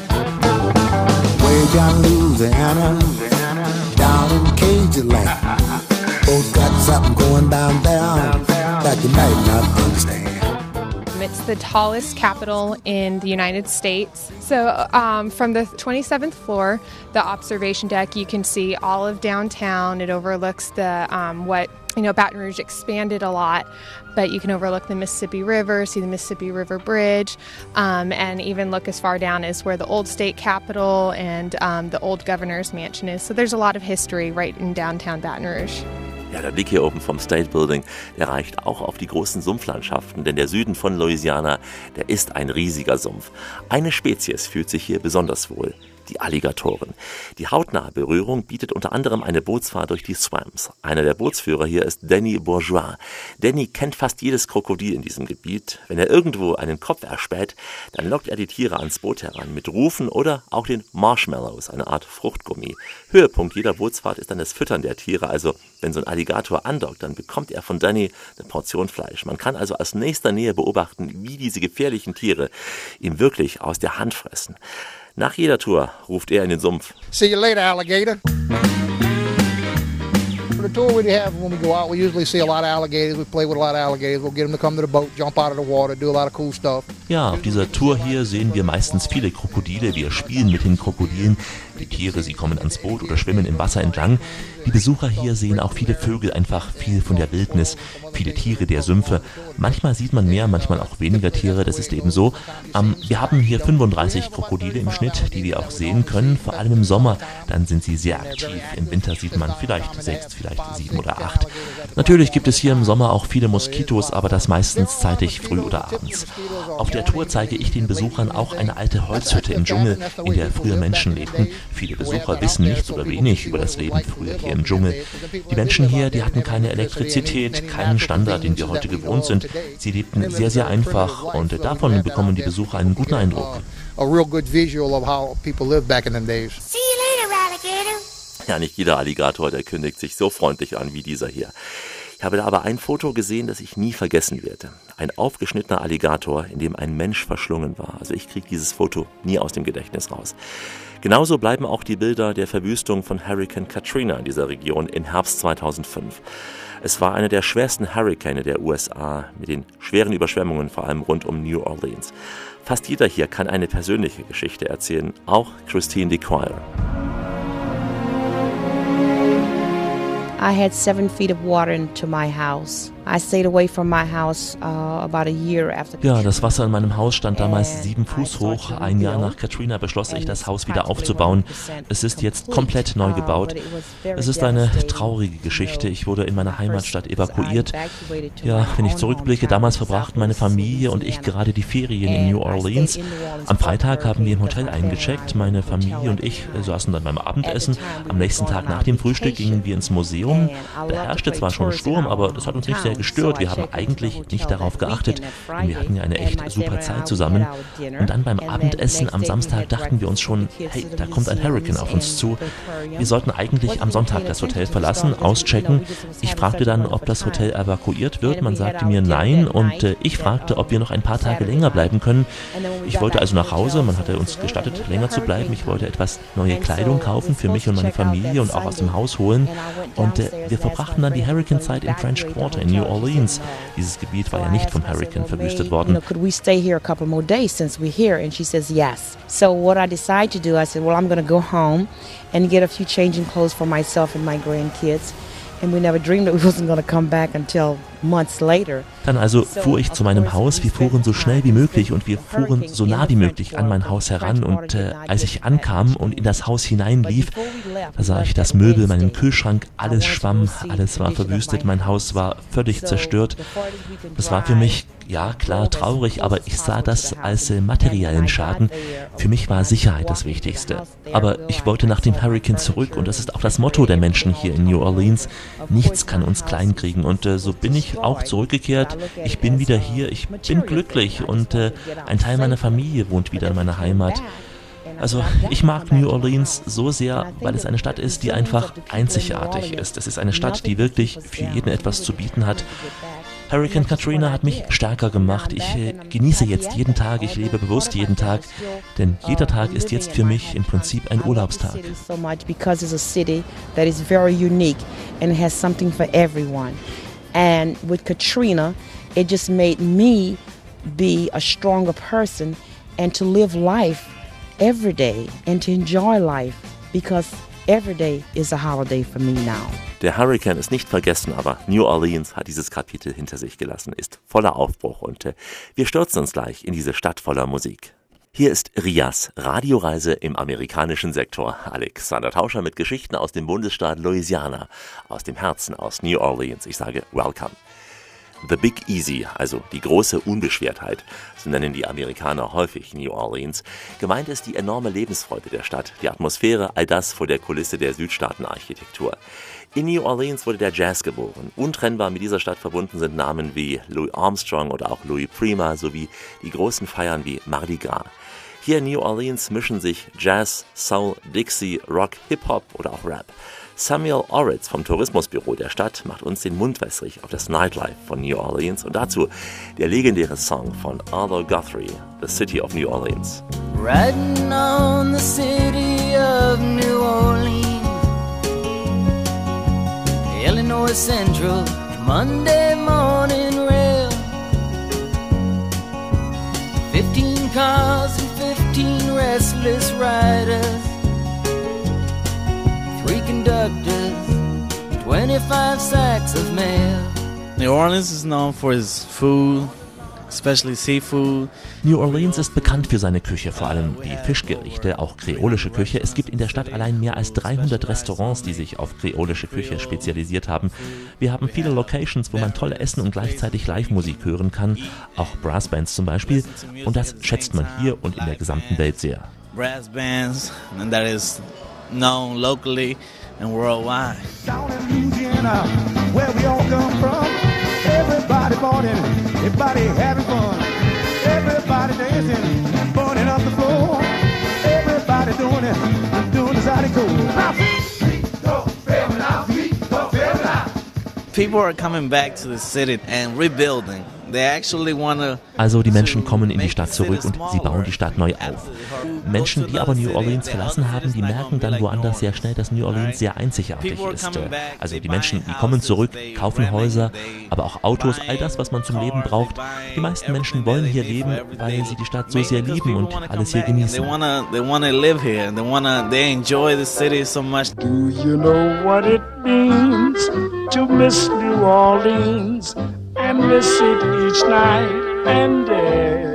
Way down Louisiana, down in Cajun land. Both got something going down there that you might not understand. It's the tallest capitol in the United States. So um, from the twenty-seventh floor, the observation deck, you can see all of downtown. It overlooks the um, what, you know, Baton Rouge expanded a lot, but you can overlook the Mississippi River, see the Mississippi River Bridge, um, and even look as far down as where the old state capitol and um, the old governor's mansion is. So there's a lot of history right in downtown Baton Rouge. Ja, der Blick hier oben vom State Building, der reicht auch auf die großen Sumpflandschaften, denn der Süden von Louisiana, der ist ein riesiger Sumpf. Eine Spezies fühlt sich hier besonders wohl. Die Alligatoren. Die hautnahe Berührung bietet unter anderem eine Bootsfahrt durch die Swamps. Einer der Bootsführer hier ist Danny Bourgeois. Danny kennt fast jedes Krokodil in diesem Gebiet. Wenn er irgendwo einen Kopf erspäht, dann lockt er die Tiere ans Boot heran mit Rufen oder auch den Marshmallows, eine Art Fruchtgummi. Höhepunkt jeder Bootsfahrt ist dann das Füttern der Tiere. Also wenn so ein Alligator andockt, dann bekommt er von Danny eine Portion Fleisch. Man kann also aus nächster Nähe beobachten, wie diese gefährlichen Tiere ihm wirklich aus der Hand fressen. Nach jeder Tour ruft er in den Sumpf. See you later, alligator. For the tour we have when we go out, we usually see a lot of alligators. We play with a lot of alligators. We'll get them to come to the boat, jump out of the water, do a lot of cool stuff. Ja, auf dieser Tour hier sehen wir meistens viele Krokodile. Wir spielen mit den Krokodilen. Die Tiere, sie kommen ans Boot oder schwimmen im Wasser entlang. Die Besucher hier sehen auch viele Vögel, einfach viel von der Wildnis, viele Tiere der Sümpfe. Manchmal sieht man mehr, manchmal auch weniger Tiere, das ist eben so. Ähm, wir haben hier fünfunddreißig Krokodile im Schnitt, die wir auch sehen können, vor allem im Sommer, dann sind sie sehr aktiv. Im Winter sieht man vielleicht sechs, vielleicht sieben oder acht. Natürlich gibt es hier im Sommer auch viele Moskitos, aber das meistens zeitig früh oder abends. Auf der Tour zeige ich den Besuchern auch eine alte Holzhütte im Dschungel, in der früher Menschen lebten. Viele Besucher wissen nichts oder wenig über das Leben früher hier im Dschungel. Die Menschen hier, die hatten keine Elektrizität, keinen Standard, den wir heute gewohnt sind. Sie lebten sehr, sehr einfach und davon bekommen die Besucher einen guten Eindruck. Ja, nicht jeder Alligator, der kündigt sich so freundlich an wie dieser hier. Ich habe da aber ein Foto gesehen, das ich nie vergessen werde. Ein aufgeschnittener Alligator, in dem ein Mensch verschlungen war. Also ich kriege dieses Foto nie aus dem Gedächtnis raus. Genauso bleiben auch die Bilder der Verwüstung von Hurricane Katrina in dieser Region im Herbst zweitausendfünf. Es war einer der schwersten Hurrikane der U S A mit den schweren Überschwemmungen, vor allem rund um New Orleans. Fast jeder hier kann eine persönliche Geschichte erzählen, auch Christine DeQuire. I had seven feet of water into my house. I stayed away from my house uh, about a year after Katrina. Ja, das Wasser in meinem Haus stand damals sieben Fuß hoch. Ein Jahr nach Katrina beschloss ich, das Haus wieder aufzubauen. Es ist jetzt komplett neu gebaut. Es ist eine traurige Geschichte. Ich wurde in meiner Heimatstadt evakuiert. Ja, wenn ich zurückblicke, damals verbrachten meine Familie und ich gerade die Ferien in New Orleans. Am Freitag haben wir im Hotel eingecheckt. Meine Familie und ich saßen dann beim Abendessen. Am nächsten Tag nach dem Frühstück gingen wir ins Museum. Da herrschte zwar schon Sturm, aber das hat uns nicht sehr gestört. Wir haben eigentlich nicht darauf geachtet, denn wir hatten ja eine echt super Zeit zusammen. Und dann beim Abendessen am Samstag dachten wir uns schon, hey, da kommt ein Hurrikan auf uns zu. Wir sollten eigentlich am Sonntag das Hotel verlassen, auschecken. Ich fragte dann, ob das Hotel evakuiert wird. Man sagte mir nein und äh, ich fragte, ob wir noch ein paar Tage länger bleiben können. Ich wollte also nach Hause, man hatte uns gestattet, länger zu bleiben. Ich wollte etwas neue Kleidung kaufen für mich und meine Familie und auch aus dem Haus holen. Und äh, wir verbrachten dann die Hurricane-Zeit im French Quarter in New Orleans. Dieses Gebiet war ja nicht vom Hurricane verwüstet worden. Could we stay here a couple more days since we're here? And she says yes. So what I decided to do, I said, well, I'm going to go home and get a few changing clothes for myself and my grandkids. And we never dreamed that we wasn't going to come back until months later. Dann also fuhr ich zu meinem Haus, wir fuhren so schnell wie möglich und wir fuhren so nah wie möglich an mein Haus heran und äh, als ich ankam und in das Haus hineinlief, da sah ich das Möbel, meinen Kühlschrank, alles schwamm, alles war verwüstet, mein Haus war völlig zerstört. Das war für mich, ja klar, traurig, aber ich sah das als äh, materiellen Schaden. Für mich war Sicherheit das Wichtigste. Aber ich wollte nach dem Hurricane zurück und das ist auch das Motto der Menschen hier in New Orleans. Nichts kann uns kleinkriegen und äh, so bin ich auch zurückgekehrt. Ich bin wieder hier, ich bin glücklich und äh, ein Teil meiner Familie wohnt wieder in meiner Heimat. Also ich mag New Orleans so sehr, weil es eine Stadt ist, die einfach einzigartig ist. Es ist eine Stadt, die wirklich für jeden etwas zu bieten hat. Hurricane Katrina hat mich stärker gemacht. Ich äh, genieße jetzt jeden Tag, ich lebe bewusst jeden Tag, denn jeder Tag ist jetzt für mich im Prinzip ein Urlaubstag. So much because it's a city that is very unique and has something for everyone. And with Katrina, it just made me be a stronger person and to live life every day and to enjoy life because every day is a holiday for me now. Der Hurricane ist nicht vergessen, aber New Orleans hat dieses Kapitel hinter sich gelassen, ist voller Aufbruch und äh, wir stürzen uns gleich in diese Stadt voller Musik. Hier ist Rias Radioreise im amerikanischen Sektor. Alexander Tauscher mit Geschichten aus dem Bundesstaat Louisiana, aus dem Herzen, aus New Orleans. Ich sage Welcome. The Big Easy, also die große Unbeschwertheit, so nennen die Amerikaner häufig New Orleans. Gemeint ist die enorme Lebensfreude der Stadt, die Atmosphäre, all das vor der Kulisse der Südstaatenarchitektur. In New Orleans wurde der Jazz geboren. Untrennbar mit dieser Stadt verbunden sind Namen wie Louis Armstrong oder auch Louis Prima sowie die großen Feiern wie Mardi Gras. Hier in New Orleans mischen sich Jazz, Soul, Dixie, Rock, Hip-Hop oder auch Rap. Samuel Oritz vom Tourismusbüro der Stadt macht uns den Mund wässrig auf das Nightlife von New Orleans und dazu der legendäre Song von Arthur Guthrie, The City of New Orleans. Riding on the city of New Orleans, Illinois Central, Monday morning rail. Fifteen cars and fifteen restless riders, three conductors, twenty-five sacks of mail. New Orleans is known for its food, especially seafood. New Orleans ist bekannt für seine Küche, vor allem die Fischgerichte, auch kreolische Küche. Es gibt in der Stadt allein mehr als dreihundert Restaurants, die sich auf kreolische Küche spezialisiert haben. Wir haben viele Locations, wo man toll essen und gleichzeitig Live-Musik hören kann, auch Brassbands zum Beispiel. Und das schätzt man hier und in der gesamten Welt sehr. Brass bands, and that is known locally and worldwide. Down in Louisiana, where we all come from, everybody partying, everybody having fun, everybody dancing, burning up the floor, everybody doing it, doing it how they go. Now, feet, go, baby, now, feet, go, baby, now. People are coming back to the city and rebuilding. They actually wanna Also die Menschen kommen in die Stadt zurück und sie bauen die Stadt neu auf. Menschen, die aber New Orleans verlassen haben, die merken dann woanders sehr schnell, dass New Orleans sehr einzigartig ist. Also die Menschen, die kommen zurück, kaufen Häuser, aber auch Autos, all das, was man zum Leben braucht. Die meisten Menschen wollen hier leben, weil sie die Stadt so sehr lieben und alles hier genießen. They wanna, they wanna live here. They wanna, they enjoy the city so much. Do you know what it means to miss New Orleans? And miss it each night and day.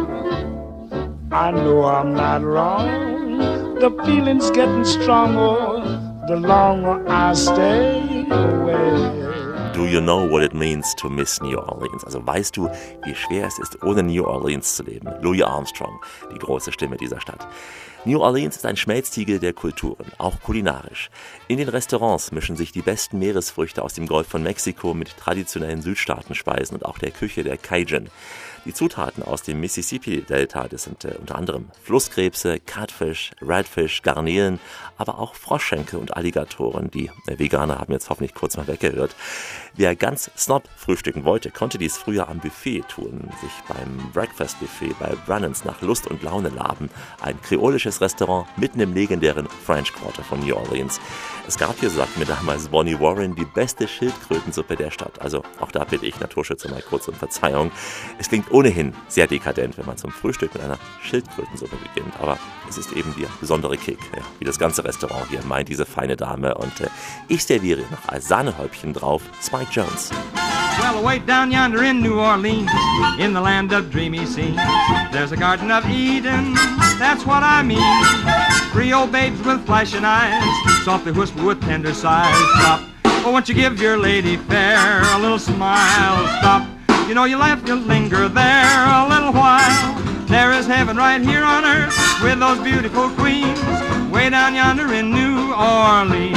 I know I'm not wrong. The feeling's getting stronger the longer I stay away. Do you know what it means to miss New Orleans? Also weißt du, wie schwer es ist, ohne New Orleans zu leben? Louis Armstrong, die große Stimme dieser Stadt. New Orleans ist ein Schmelztiegel der Kulturen, auch kulinarisch. In den Restaurants mischen sich die besten Meeresfrüchte aus dem Golf von Mexiko mit traditionellen Südstaatenspeisen und auch der Küche der Cajun. Die Zutaten aus dem Mississippi-Delta, das sind äh, unter anderem Flusskrebse, Catfish, Redfish, Garnelen, aber auch Froschschenkel und Alligatoren. Die äh, Veganer haben jetzt hoffentlich kurz mal weggehört. Wer ganz snob frühstücken wollte, konnte dies früher am Buffet tun, sich beim Breakfast-Buffet bei Brannans nach Lust und Laune laben. Ein kreolisches Restaurant mitten im legendären French Quarter von New Orleans. Es gab hier, sagt mir damals Bonnie Warren, die beste Schildkrötensuppe der Stadt. Also auch da bitte ich Naturschützer mal kurz um Verzeihung. Es klingt ohnehin sehr dekadent, wenn man zum Frühstück mit einer Schildkrötensuppe beginnt. Aber es ist eben der besondere Kick, ja, wie das ganze Restaurant hier meint diese feine Dame. Und äh, ich serviere noch als Sahnehäubchen drauf Spike Jones. Well, away down yonder in New Orleans, in the land of dreamy scenes, there's a garden of Eden, that's what I mean. Creole babes with flashing eyes, softly whisper with tender sighs. Stop, oh, won't you give your lady fair a little smile? Stop, you know you laugh, you linger there a little while. There is heaven right here on earth with those beautiful queens, way down yonder in New Orleans.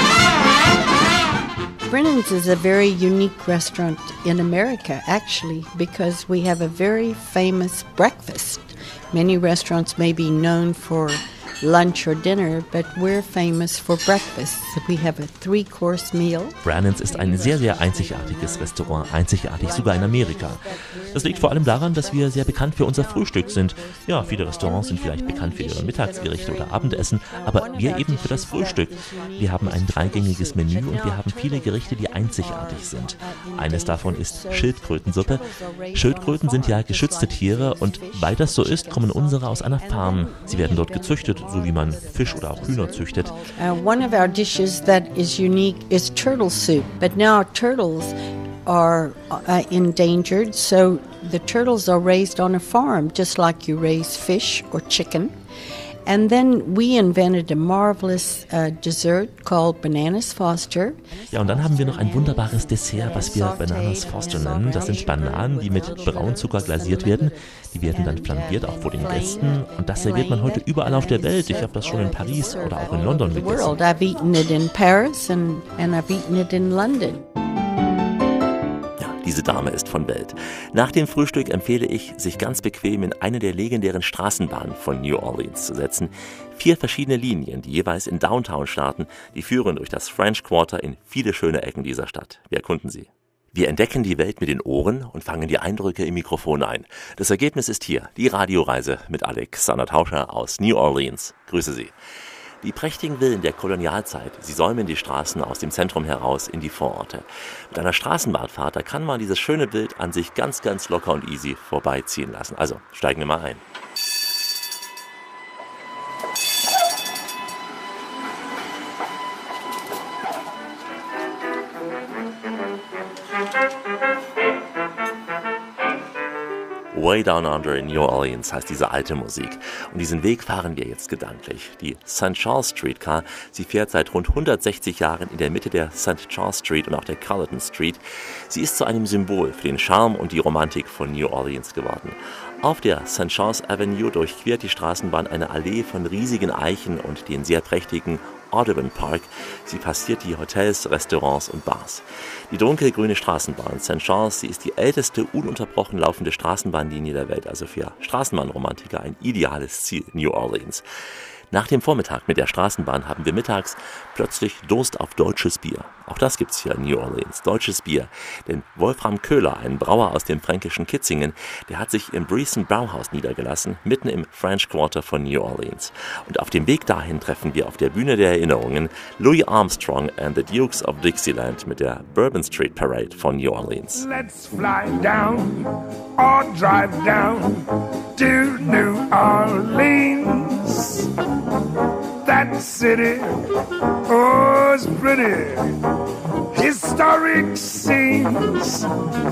Brennan's is a very unique restaurant in America, actually, because we have a very famous breakfast. Many restaurants may be known for lunch or dinner, but we're famous for breakfast. We have a three-course meal. Brannan's ist ein sehr, sehr einzigartiges Restaurant, einzigartig sogar in Amerika. Das liegt vor allem daran, dass wir sehr bekannt für unser Frühstück sind. Ja, viele Restaurants sind vielleicht bekannt für ihre Mittagsgerichte oder Abendessen, aber wir eben für das Frühstück. Wir haben ein dreigängiges Menü und wir haben viele Gerichte, die einzigartig sind. Eines davon ist Schildkrötensuppe. Schildkröten sind ja geschützte Tiere und weil das so ist, kommen unsere aus einer Farm. Sie werden dort gezüchtet, so wie man Fisch oder auch Hühner züchtet. Uh, one of our dishes that is unique is turtle soup, but now turtles are uh, endangered, so the turtles are raised on a farm, just like you raise fish or chicken. And then we invented a marvelous uh, dessert called Bananas Foster. Ja, und dann haben wir noch ein wunderbares Dessert, was wir Bananas Foster nennen. Das sind Bananen, die mit Braunzucker glasiert werden. Die werden dann flambiert, auch vor den Gästen. Und das serviert man heute überall auf der Welt. Ich habe das schon in Paris oder auch in London gegessen. I've eaten it in Paris and, and I've eaten it in London. Diese Dame ist von Welt. Nach dem Frühstück empfehle ich, sich ganz bequem in eine der legendären Straßenbahnen von New Orleans zu setzen. Vier verschiedene Linien, die jeweils in Downtown starten, die führen durch das French Quarter in viele schöne Ecken dieser Stadt. Wir erkunden sie. Wir entdecken die Welt mit den Ohren und fangen die Eindrücke im Mikrofon ein. Das Ergebnis ist hier, die Radioreise mit Alexander Tauscher aus New Orleans. Grüße Sie. Die prächtigen Villen der Kolonialzeit, sie säumen die Straßen aus dem Zentrum heraus in die Vororte. Mit einer Straßenbahnfahrt, da kann man dieses schöne Bild an sich ganz, ganz locker und easy vorbeiziehen lassen. Also, steigen wir mal ein. Way Down Under in New Orleans heißt diese alte Musik. Und diesen Weg fahren wir jetzt gedanklich. Die Saint Charles Streetcar, sie fährt seit rund hundertsechzig Jahren in der Mitte der Saint Charles Street und auch der Carleton Street. Sie ist zu einem Symbol für den Charme und die Romantik von New Orleans geworden. Auf der Saint Charles Avenue durchquert die Straßenbahn eine Allee von riesigen Eichen und den sehr prächtigen Audubon Park. Sie passiert die Hotels, Restaurants und Bars. Die dunkelgrüne Straßenbahn Saint Charles, sie ist die älteste ununterbrochen laufende Straßenbahnlinie der Welt, also für Straßenbahnromantiker ein ideales Ziel, New Orleans. Nach dem Vormittag mit der Straßenbahn haben wir mittags plötzlich Durst auf deutsches Bier. Auch das gibt's hier in New Orleans, deutsches Bier. Denn Wolfram Köhler, ein Brauer aus dem fränkischen Kitzingen, der hat sich im Breeson Brauhaus niedergelassen, mitten im French Quarter von New Orleans. Und auf dem Weg dahin treffen wir auf der Bühne der Erinnerungen Louis Armstrong and the Dukes of Dixieland mit der Bourbon Street Parade von New Orleans. Let's fly down or drive down to New Orleans. That city, oh, it's pretty, historic scenes.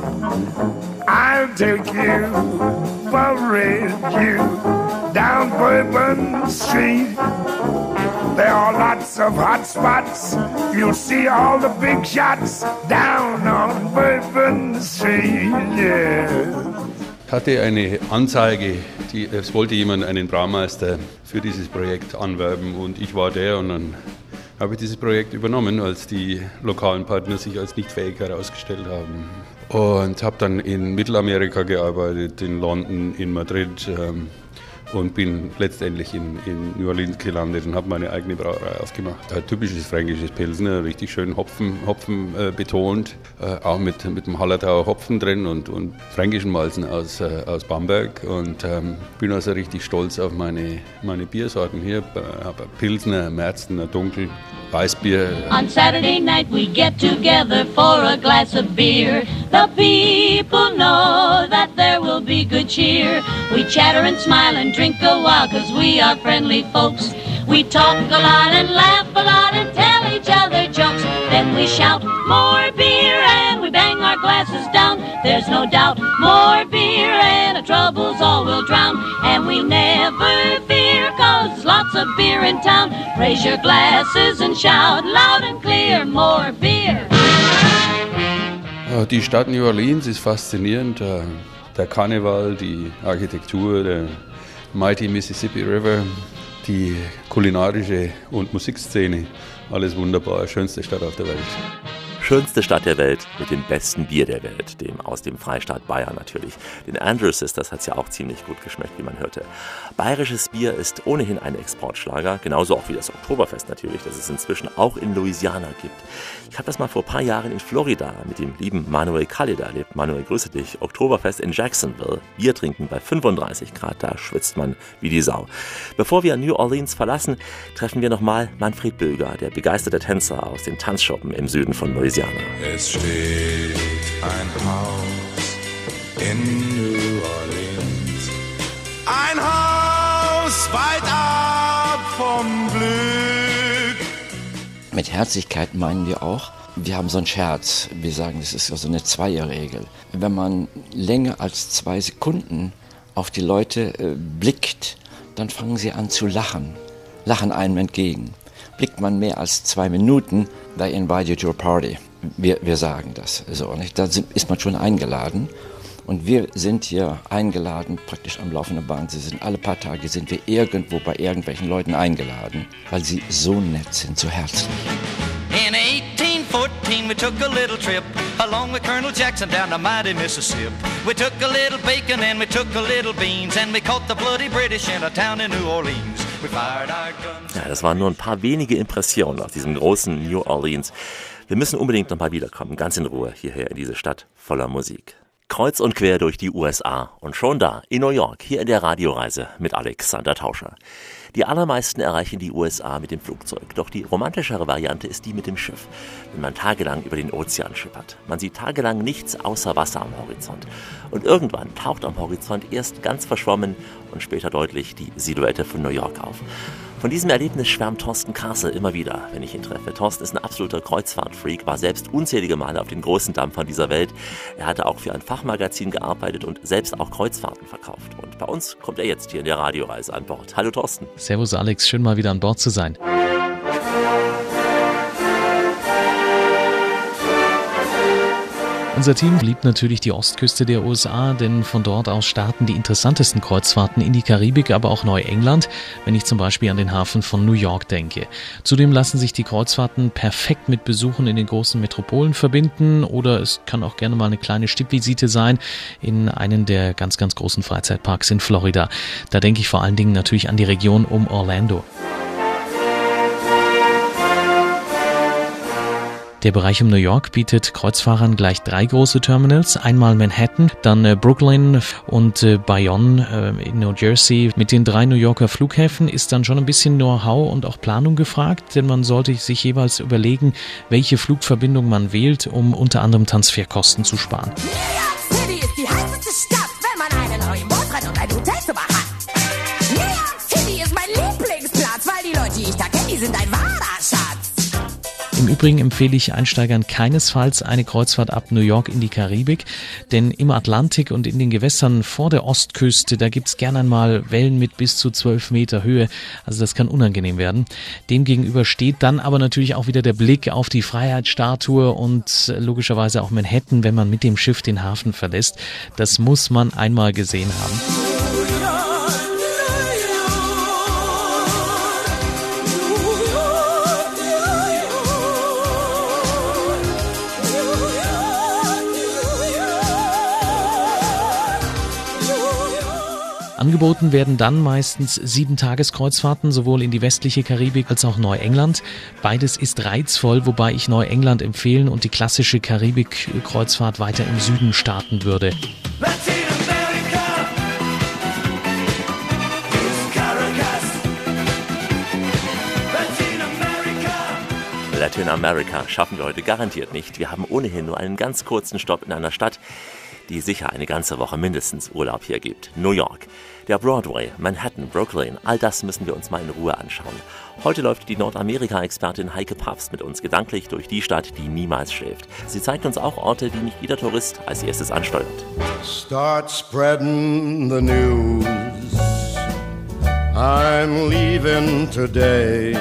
I'll take you, parade you down Bourbon Street. There are lots of hot spots. You'll see all the big shots down on Bourbon Street, yeah. Ich hatte eine Anzeige, die, es wollte jemand einen Braumeister für dieses Projekt anwerben und ich war der und dann habe ich dieses Projekt übernommen, als die lokalen Partner sich als nicht fähig herausgestellt haben. Und habe dann in Mittelamerika gearbeitet, in London, in Madrid ähm, und bin letztendlich in, in New Orleans gelandet und habe meine eigene Brauerei aufgemacht. Ein typisches fränkisches Pilsner, richtig schön Hopfen, Hopfen äh, betont, äh, auch mit, mit dem Hallertauer Hopfen drin und, und fränkischen Malzen aus, äh, aus Bamberg. Und ähm, bin also richtig stolz auf meine, meine Biersorten hier. Ich habe Pilsner, Märzen, Dunkel, Weißbier. On Saturday night we get together for a glass of beer. The people know that there will be good cheer. We chatter and smile and drink a while cause we are friendly folks. We talk a lot and laugh a lot and tell each other jokes. Then we shout more beer and we bang our glasses down. There's no doubt more beer and our troubles all will drown. And we never fear cause lots of beer in town. Raise your glasses and shout loud and clear more beer. Die Stadt New Orleans ist faszinierend. Der Karneval, die Architektur, der Mighty Mississippi River, die kulinarische und Musikszene, alles wunderbar, schönste Stadt auf der Welt. Schönste Stadt der Welt mit dem besten Bier der Welt, dem aus dem Freistaat Bayern natürlich. Den Andrews Sisters hat es ja auch ziemlich gut geschmeckt, wie man hörte. Bayerisches Bier ist ohnehin ein Exportschlager, genauso auch wie das Oktoberfest natürlich, das es inzwischen auch in Louisiana gibt. Ich habe das mal vor ein paar Jahren in Florida mit dem lieben Manuel Kallida erlebt. Manuel, grüße dich. Oktoberfest in Jacksonville. Bier trinken bei fünfunddreißig Grad, da schwitzt man wie die Sau. Bevor wir New Orleans verlassen, treffen wir nochmal Manfred Böger, der begeisterte Tänzer aus den Tanzschuppen im Süden von Louisiana. Es steht ein Haus in New Orleans, ein Haus weit ab vom Glück. Mit Herzlichkeit meinen wir auch, wir haben so einen Scherz, wir sagen, das ist so eine Zweierregel. Wenn man länger als zwei Sekunden auf die Leute äh, blickt, dann fangen sie an zu lachen, lachen einem entgegen. Blickt man mehr als zwei Minuten, they invite you to a party. Wir, wir sagen das so, nicht? Da sind, ist man schon eingeladen und wir sind hier eingeladen, praktisch am laufenden Band. Sie sind alle paar Tage sind wir irgendwo bei irgendwelchen Leuten eingeladen, weil sie so nett sind, so herzlich. In eighteen fourteen we took a little trip along with Colonel Jackson down the mighty Mississippi. We took a little bacon and we took a little beans and we caught the bloody British in a town in New Orleans. We fired our guns. Ja, das waren nur ein paar wenige Impressionen aus diesem großen New Orleans. Wir müssen unbedingt nochmal wiederkommen, ganz in Ruhe hierher in diese Stadt voller Musik. Kreuz und quer durch die U S A und schon da, in New York, hier in der Radioreise mit Alexander Tauscher. Die allermeisten erreichen die U S A mit dem Flugzeug, doch die romantischere Variante ist die mit dem Schiff, wenn man tagelang über den Ozean schippert. Man sieht tagelang nichts außer Wasser am Horizont. Und irgendwann taucht am Horizont erst ganz verschwommen und später deutlich die Silhouette von New York auf. Von diesem Erlebnis schwärmt Thorsten Karsel immer wieder, wenn ich ihn treffe. Thorsten ist ein absoluter Kreuzfahrtfreak, war selbst unzählige Male auf den großen Dampfern dieser Welt. Er hatte auch für ein Fachmagazin gearbeitet und selbst auch Kreuzfahrten verkauft. Und bei uns kommt er jetzt hier in der Radioreise an Bord. Hallo Thorsten. Servus Alex, schön mal wieder an Bord zu sein. Unser Team liebt natürlich die Ostküste der U S A, denn von dort aus starten die interessantesten Kreuzfahrten in die Karibik, aber auch Neuengland, wenn ich zum Beispiel an den Hafen von New York denke. Zudem lassen sich die Kreuzfahrten perfekt mit Besuchen in den großen Metropolen verbinden oder es kann auch gerne mal eine kleine Stippvisite sein in einen der ganz, ganz großen Freizeitparks in Florida. Da denke ich vor allen Dingen natürlich an die Region um Orlando. Der Bereich um New York bietet Kreuzfahrern gleich drei große Terminals. Einmal Manhattan, dann äh, Brooklyn und äh, Bayonne äh, in New Jersey. Mit den drei New Yorker Flughäfen ist dann schon ein bisschen Know-how und auch Planung gefragt, denn man sollte sich jeweils überlegen, welche Flugverbindung man wählt, um unter anderem Transferkosten zu sparen. New York City ist die heißeste Stadt, wenn man einen neuen Boot und ein Hotelzimmer hat. New York City ist mein Lieblingsplatz, weil die Leute, die ich da kenne, die sind ein wahrer Schatz. Im Übrigen empfehle ich Einsteigern keinesfalls eine Kreuzfahrt ab New York in die Karibik, denn im Atlantik und in den Gewässern vor der Ostküste, da gibt's gern einmal Wellen mit bis zu zwölf Meter Höhe, also das kann unangenehm werden. Demgegenüber steht dann aber natürlich auch wieder der Blick auf die Freiheitsstatue und logischerweise auch Manhattan, wenn man mit dem Schiff den Hafen verlässt. Das muss man einmal gesehen haben. Angeboten werden dann meistens sieben Tageskreuzfahrten, sowohl in die westliche Karibik als auch Neuengland. Beides ist reizvoll, wobei ich Neuengland empfehlen und die klassische Karibik-Kreuzfahrt weiter im Süden starten würde. Latin America schaffen wir heute garantiert nicht. Wir haben ohnehin nur einen ganz kurzen Stopp in einer Stadt, die sicher eine ganze Woche mindestens Urlaub hier gibt. New York, der Broadway, Manhattan, Brooklyn, all das müssen wir uns mal in Ruhe anschauen. Heute läuft die Nordamerika-Expertin Heike Papst mit uns gedanklich durch die Stadt, die niemals schläft. Sie zeigt uns auch Orte, die nicht jeder Tourist als erstes ansteuert. Start spreading the news. I'm leaving today.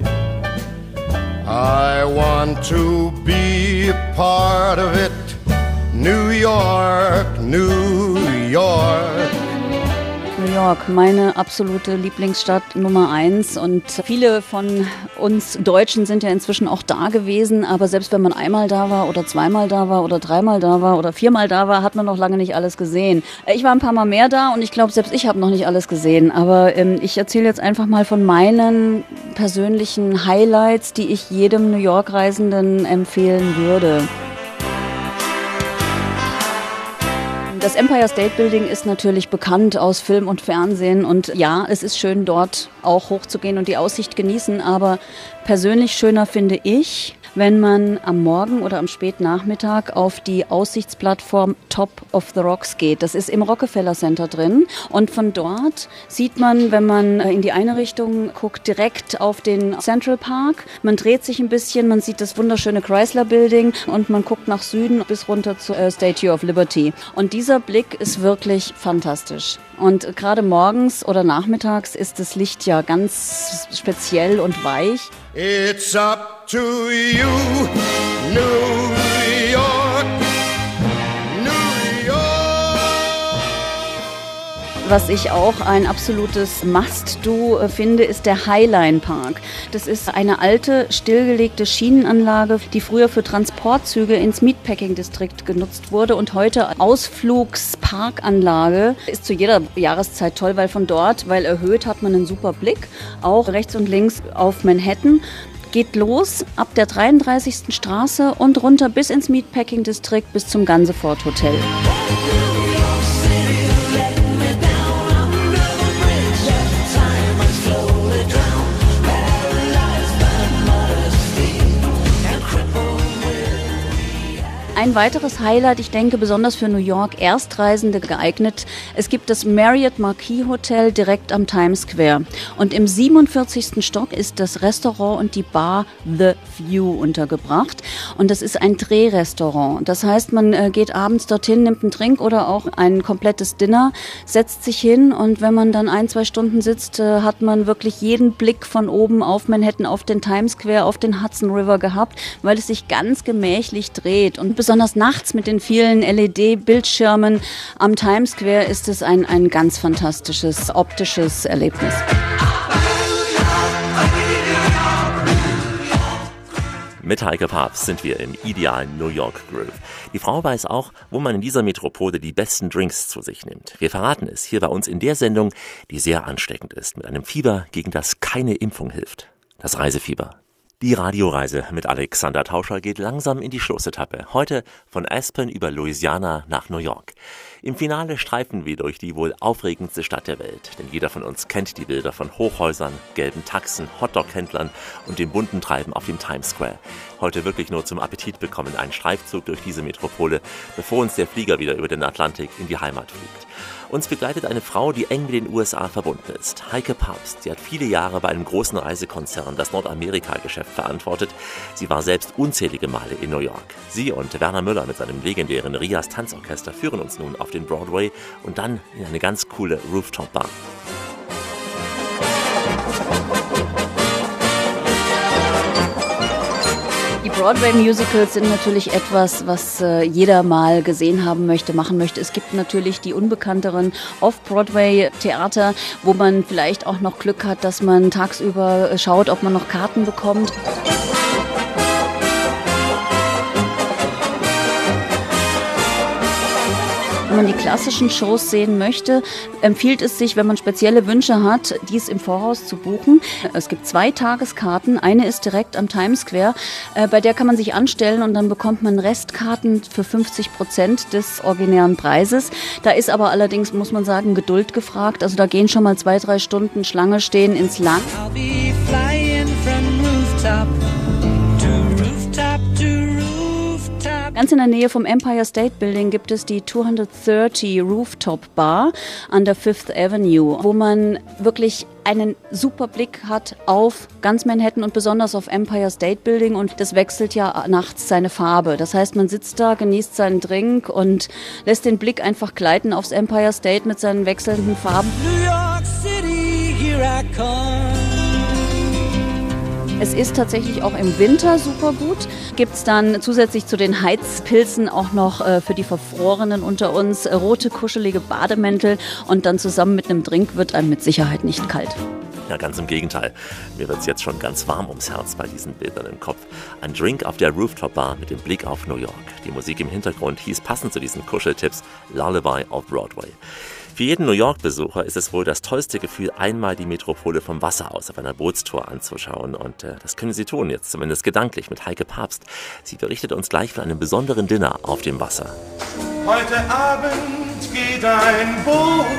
I want to be a part of it. New York, New York. New York, meine absolute Lieblingsstadt Nummer eins und viele von uns Deutschen sind ja inzwischen auch da gewesen, aber selbst wenn man einmal da war oder zweimal da war oder dreimal da war oder viermal da war, hat man noch lange nicht alles gesehen. Ich war ein paar Mal mehr da und ich glaube, selbst ich habe noch nicht alles gesehen, aber ähm, ich erzähle jetzt einfach mal von meinen persönlichen Highlights, die ich jedem New York-Reisenden empfehlen würde. Das Empire State Building ist natürlich bekannt aus Film und Fernsehen und ja, es ist schön dort auch hochzugehen und die Aussicht genießen, aber persönlich schöner finde ich, wenn man am Morgen oder am Spätnachmittag auf die Aussichtsplattform Top of the Rocks geht. Das ist im Rockefeller Center drin und von dort sieht man, wenn man in die eine Richtung guckt, direkt auf den Central Park. Man dreht sich ein bisschen, man sieht das wunderschöne Chrysler Building und man guckt nach Süden bis runter zur Statue of Liberty. Und dieser Blick ist wirklich fantastisch. Und gerade morgens oder nachmittags ist das Licht ja ganz speziell und weich. It's up to you, New York, New York. Was ich auch ein absolutes Must-Do finde, ist der Highline Park. Das ist eine alte, stillgelegte Schienenanlage, die früher für Transportzüge ins Meatpacking-Distrikt genutzt wurde und heute Ausflugsparkanlage. Ist zu jeder Jahreszeit toll, weil von dort, weil erhöht, hat man einen super Blick, auch rechts und links auf Manhattan. Geht los ab der dreiunddreißigsten Straße und runter bis ins Meatpacking-Distrikt, bis zum Gansevoort Hotel. Ein weiteres Highlight, ich denke besonders für New York Erstreisende geeignet. Es gibt das Marriott Marquis Hotel direkt am Times Square. Und im siebenundvierzigsten Stock ist das Restaurant und die Bar The View untergebracht. Und das ist ein Drehrestaurant. Das heißt, man geht abends dorthin, nimmt einen Drink oder auch ein komplettes Dinner, setzt sich hin und wenn man dann ein, zwei Stunden sitzt, hat man wirklich jeden Blick von oben auf Manhattan, auf den Times Square, auf den Hudson River gehabt, weil es sich ganz gemächlich dreht. Und besonders nachts mit den vielen L E D-Bildschirmen am Times Square ist es ein, ein ganz fantastisches optisches Erlebnis. Mit Heike Papst sind wir im idealen New York Groove. Die Frau weiß auch, wo man in dieser Metropole die besten Drinks zu sich nimmt. Wir verraten es hier bei uns in der Sendung, die sehr ansteckend ist, mit einem Fieber, gegen das keine Impfung hilft. Das Reisefieber. Die Radioreise mit Alexander Tauscher geht langsam in die Schlussetappe. Heute von Aspen über Louisiana nach New York. Im Finale streifen wir durch die wohl aufregendste Stadt der Welt. Denn jeder von uns kennt die Bilder von Hochhäusern, gelben Taxen, Hotdog-Händlern und dem bunten Treiben auf dem Times Square. Heute wirklich nur zum Appetit bekommen, ein Streifzug durch diese Metropole, bevor uns der Flieger wieder über den Atlantik in die Heimat fliegt. Uns begleitet eine Frau, die eng mit den U S A verbunden ist. Heike Papst. Sie hat viele Jahre bei einem großen Reisekonzern das Nordamerika-Geschäft verantwortet. Sie war selbst unzählige Male in New York. Sie und Werner Müller mit seinem legendären Rias Tanzorchester führen uns nun auf den Broadway und dann in eine ganz coole Rooftop-Bar. Die Broadway-Musicals sind natürlich etwas, was äh, jeder mal gesehen haben möchte, machen möchte. Es gibt natürlich die unbekannteren Off-Broadway-Theater, wo man vielleicht auch noch Glück hat, dass man tagsüber schaut, ob man noch Karten bekommt. Wenn man die klassischen Shows sehen möchte, empfiehlt es sich, wenn man spezielle Wünsche hat, dies im Voraus zu buchen. Es gibt zwei Tageskarten. Eine ist direkt am Times Square. Bei der kann man sich anstellen und dann bekommt man Restkarten für fünfzig Prozent des originären Preises. Da ist aber allerdings, muss man sagen, Geduld gefragt. Also da gehen schon mal zwei, drei Stunden Schlange stehen ins Land. I'll be flying from rooftop to rooftop to rooftop. Ganz in der Nähe vom Empire State Building gibt es die zweihundertdreißig Rooftop Bar an der Fifth Avenue, wo man wirklich einen super Blick hat auf ganz Manhattan und besonders auf Empire State Building, und das wechselt ja nachts seine Farbe. Das heißt, man sitzt da, genießt seinen Drink und lässt den Blick einfach gleiten aufs Empire State mit seinen wechselnden Farben. New York City, here I come. Es ist tatsächlich auch im Winter super gut. Gibt es dann zusätzlich zu den Heizpilzen auch noch äh, für die Verfrorenen unter uns äh, rote, kuschelige Bademäntel, und dann zusammen mit einem Drink wird einem mit Sicherheit nicht kalt. Ja, ganz im Gegenteil. Mir wird es jetzt schon ganz warm ums Herz bei diesen Bildern im Kopf. Ein Drink auf der Rooftop-Bar mit dem Blick auf New York. Die Musik im Hintergrund hieß passend zu diesen Kuscheltipps Lullaby auf Broadway. Für jeden New York-Besucher ist es wohl das tollste Gefühl, einmal die Metropole vom Wasser aus auf einer Bootstour anzuschauen. Und äh, das können Sie tun, jetzt zumindest gedanklich, mit Heike Papst. Sie berichtet uns gleich von einem besonderen Dinner auf dem Wasser. Heute Abend geht ein Boot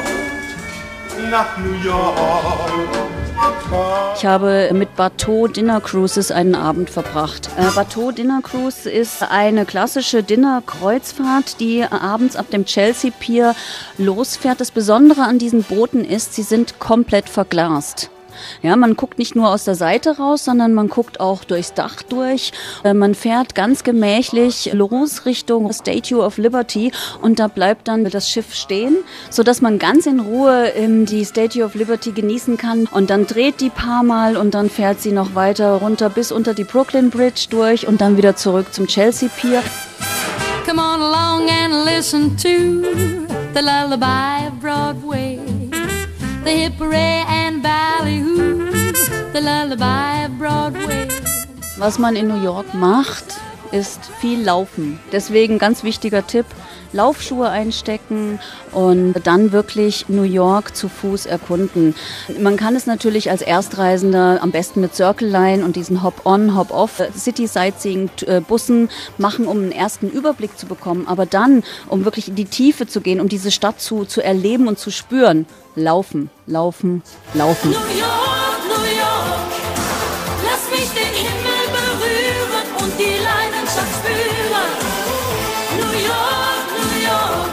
nach New York. Ich habe mit Bateau Dinner Cruises einen Abend verbracht. Äh, Bateau Dinner Cruise ist eine klassische Dinner-Kreuzfahrt, die abends ab dem Chelsea Pier losfährt. Das Besondere an diesen Booten ist, sie sind komplett verglast. Ja, man guckt nicht nur aus der Seite raus, sondern man guckt auch durchs Dach durch. Man fährt ganz gemächlich los Richtung Statue of Liberty, und da bleibt dann das Schiff stehen, sodass man ganz in Ruhe die Statue of Liberty genießen kann. Und dann dreht die paar Mal und dann fährt sie noch weiter runter bis unter die Brooklyn Bridge durch und dann wieder zurück zum Chelsea Pier. Come on along and listen to the lullaby of Broadway. The hip-hooray and ballyhoo, the lullaby of Broadway. Was man in New York macht, ist viel Laufen. Deswegen ganz wichtiger Tipp, Laufschuhe einstecken und dann wirklich New York zu Fuß erkunden. Man kann es natürlich als Erstreisender am besten mit Circle Line und diesen Hop-on, Hop-off City-Sightseeing-Bussen machen, um einen ersten Überblick zu bekommen. Aber dann, um wirklich in die Tiefe zu gehen, um diese Stadt zu, zu erleben und zu spüren, laufen, laufen, laufen. New York, New York, lass mich den Himmel berühren und die Leidenschaft spüren. New York, New York,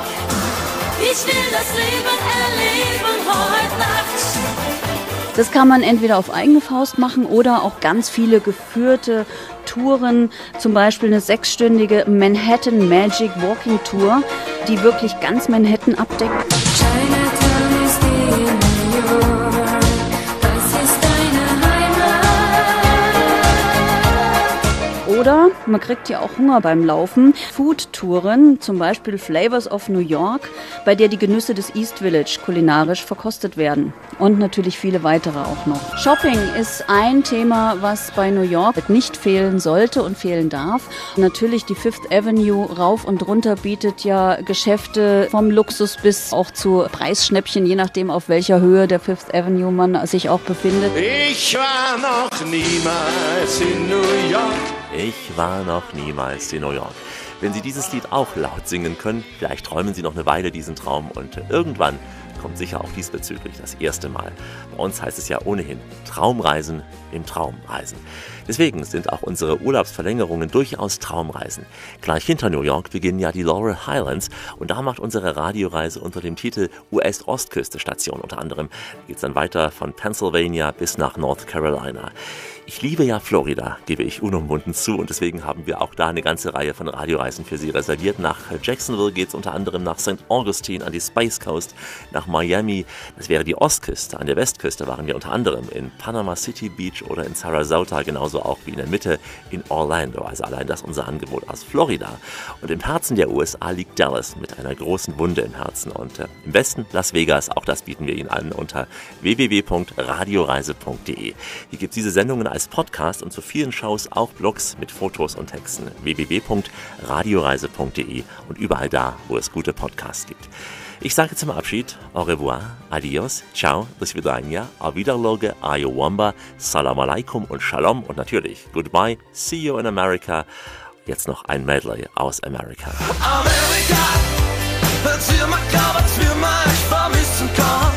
ich will das Leben erleben heute Nacht. Das kann man entweder auf eigene Faust machen oder auch ganz viele geführte Touren, zum Beispiel eine sechsstündige Manhattan Magic Walking Tour, die wirklich ganz Manhattan abdeckt. Chinatown ist die New York, das ist deine Heimat. Oder man kriegt ja auch Hunger beim Laufen. Food-Touren, zum Beispiel Flavors of New York, bei der die Genüsse des East Village kulinarisch verkostet werden. Und natürlich viele weitere auch noch. Shopping ist ein Thema, was bei New York nicht fehlen sollte und fehlen darf. Natürlich die Fifth Avenue rauf und runter bietet ja Geschäfte vom Luxus bis auch zu Preisschnäppchen, je nachdem auf welcher Höhe der Fifth Avenue man sich auch befindet. Ich war noch niemals in New York. Ich war noch niemals in New York. Wenn Sie dieses Lied auch laut singen können, vielleicht träumen Sie noch eine Weile diesen Traum und irgendwann kommt sicher auch diesbezüglich das erste Mal. Bei uns heißt es ja ohnehin Traumreisen im Traumreisen. Deswegen sind auch unsere Urlaubsverlängerungen durchaus Traumreisen. Gleich hinter New York beginnen ja die Laurel Highlands und da macht unsere Radioreise unter dem Titel U S-Ostküste Station unter anderem. Da geht es dann weiter von Pennsylvania bis nach North Carolina. Ich liebe ja Florida, gebe ich unumwunden zu und deswegen haben wir auch da eine ganze Reihe von Radioreisen für Sie reserviert. Nach Jacksonville geht es unter anderem nach Saint Augustine an die Space Coast, nach Miami, das wäre die Ostküste. An der Westküste waren wir unter anderem in Panama City Beach oder in Sarasota, genauso auch wie in der Mitte in Orlando. Also allein das unser Angebot aus Florida. Und im Herzen der U S A liegt Dallas mit einer großen Wunde im Herzen. Und äh, im Westen Las Vegas, auch das bieten wir Ihnen an unter w w w punkt radioreise punkt d e. Hier gibt es diese Sendungen als Podcast und zu vielen Shows auch Blogs mit Fotos und Texten. w w w punkt radioreise punkt d e und überall da, wo es gute Podcasts gibt. Ich sage zum Abschied au revoir, adios, ciao, do svidania, auf Wiederloge, ayowamba, salam alaikum und shalom und natürlich goodbye, see you in America. Jetzt noch ein Medley aus Amerika. Amerika, erzähl mal klar, was wir mal vermissen kann.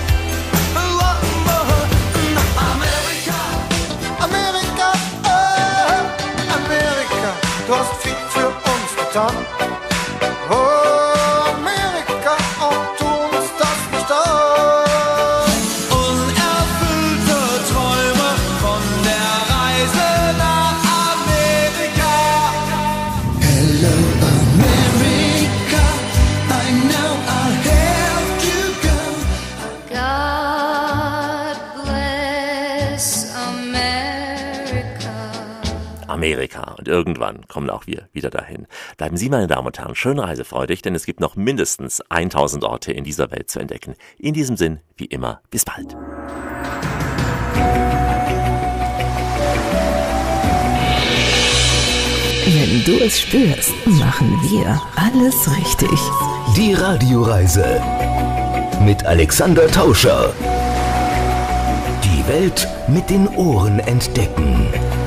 Amerika, oh, Amerika, du hast viel für uns getan. Oh, Amerika, und tu uns das nicht an. Unerfüllte Träume von der Reise nach Amerika. Hello, America, I know I'll have to go. God bless America. Amerika. Und irgendwann kommen auch wir wieder dahin. Bleiben Sie, meine Damen und Herren, schön reisefreudig, denn es gibt noch mindestens tausend Orte in dieser Welt zu entdecken. In diesem Sinn, wie immer, bis bald. Wenn du es spürst, machen wir alles richtig. Die Radioreise mit Alexander Tauscher. Die Welt mit den Ohren entdecken.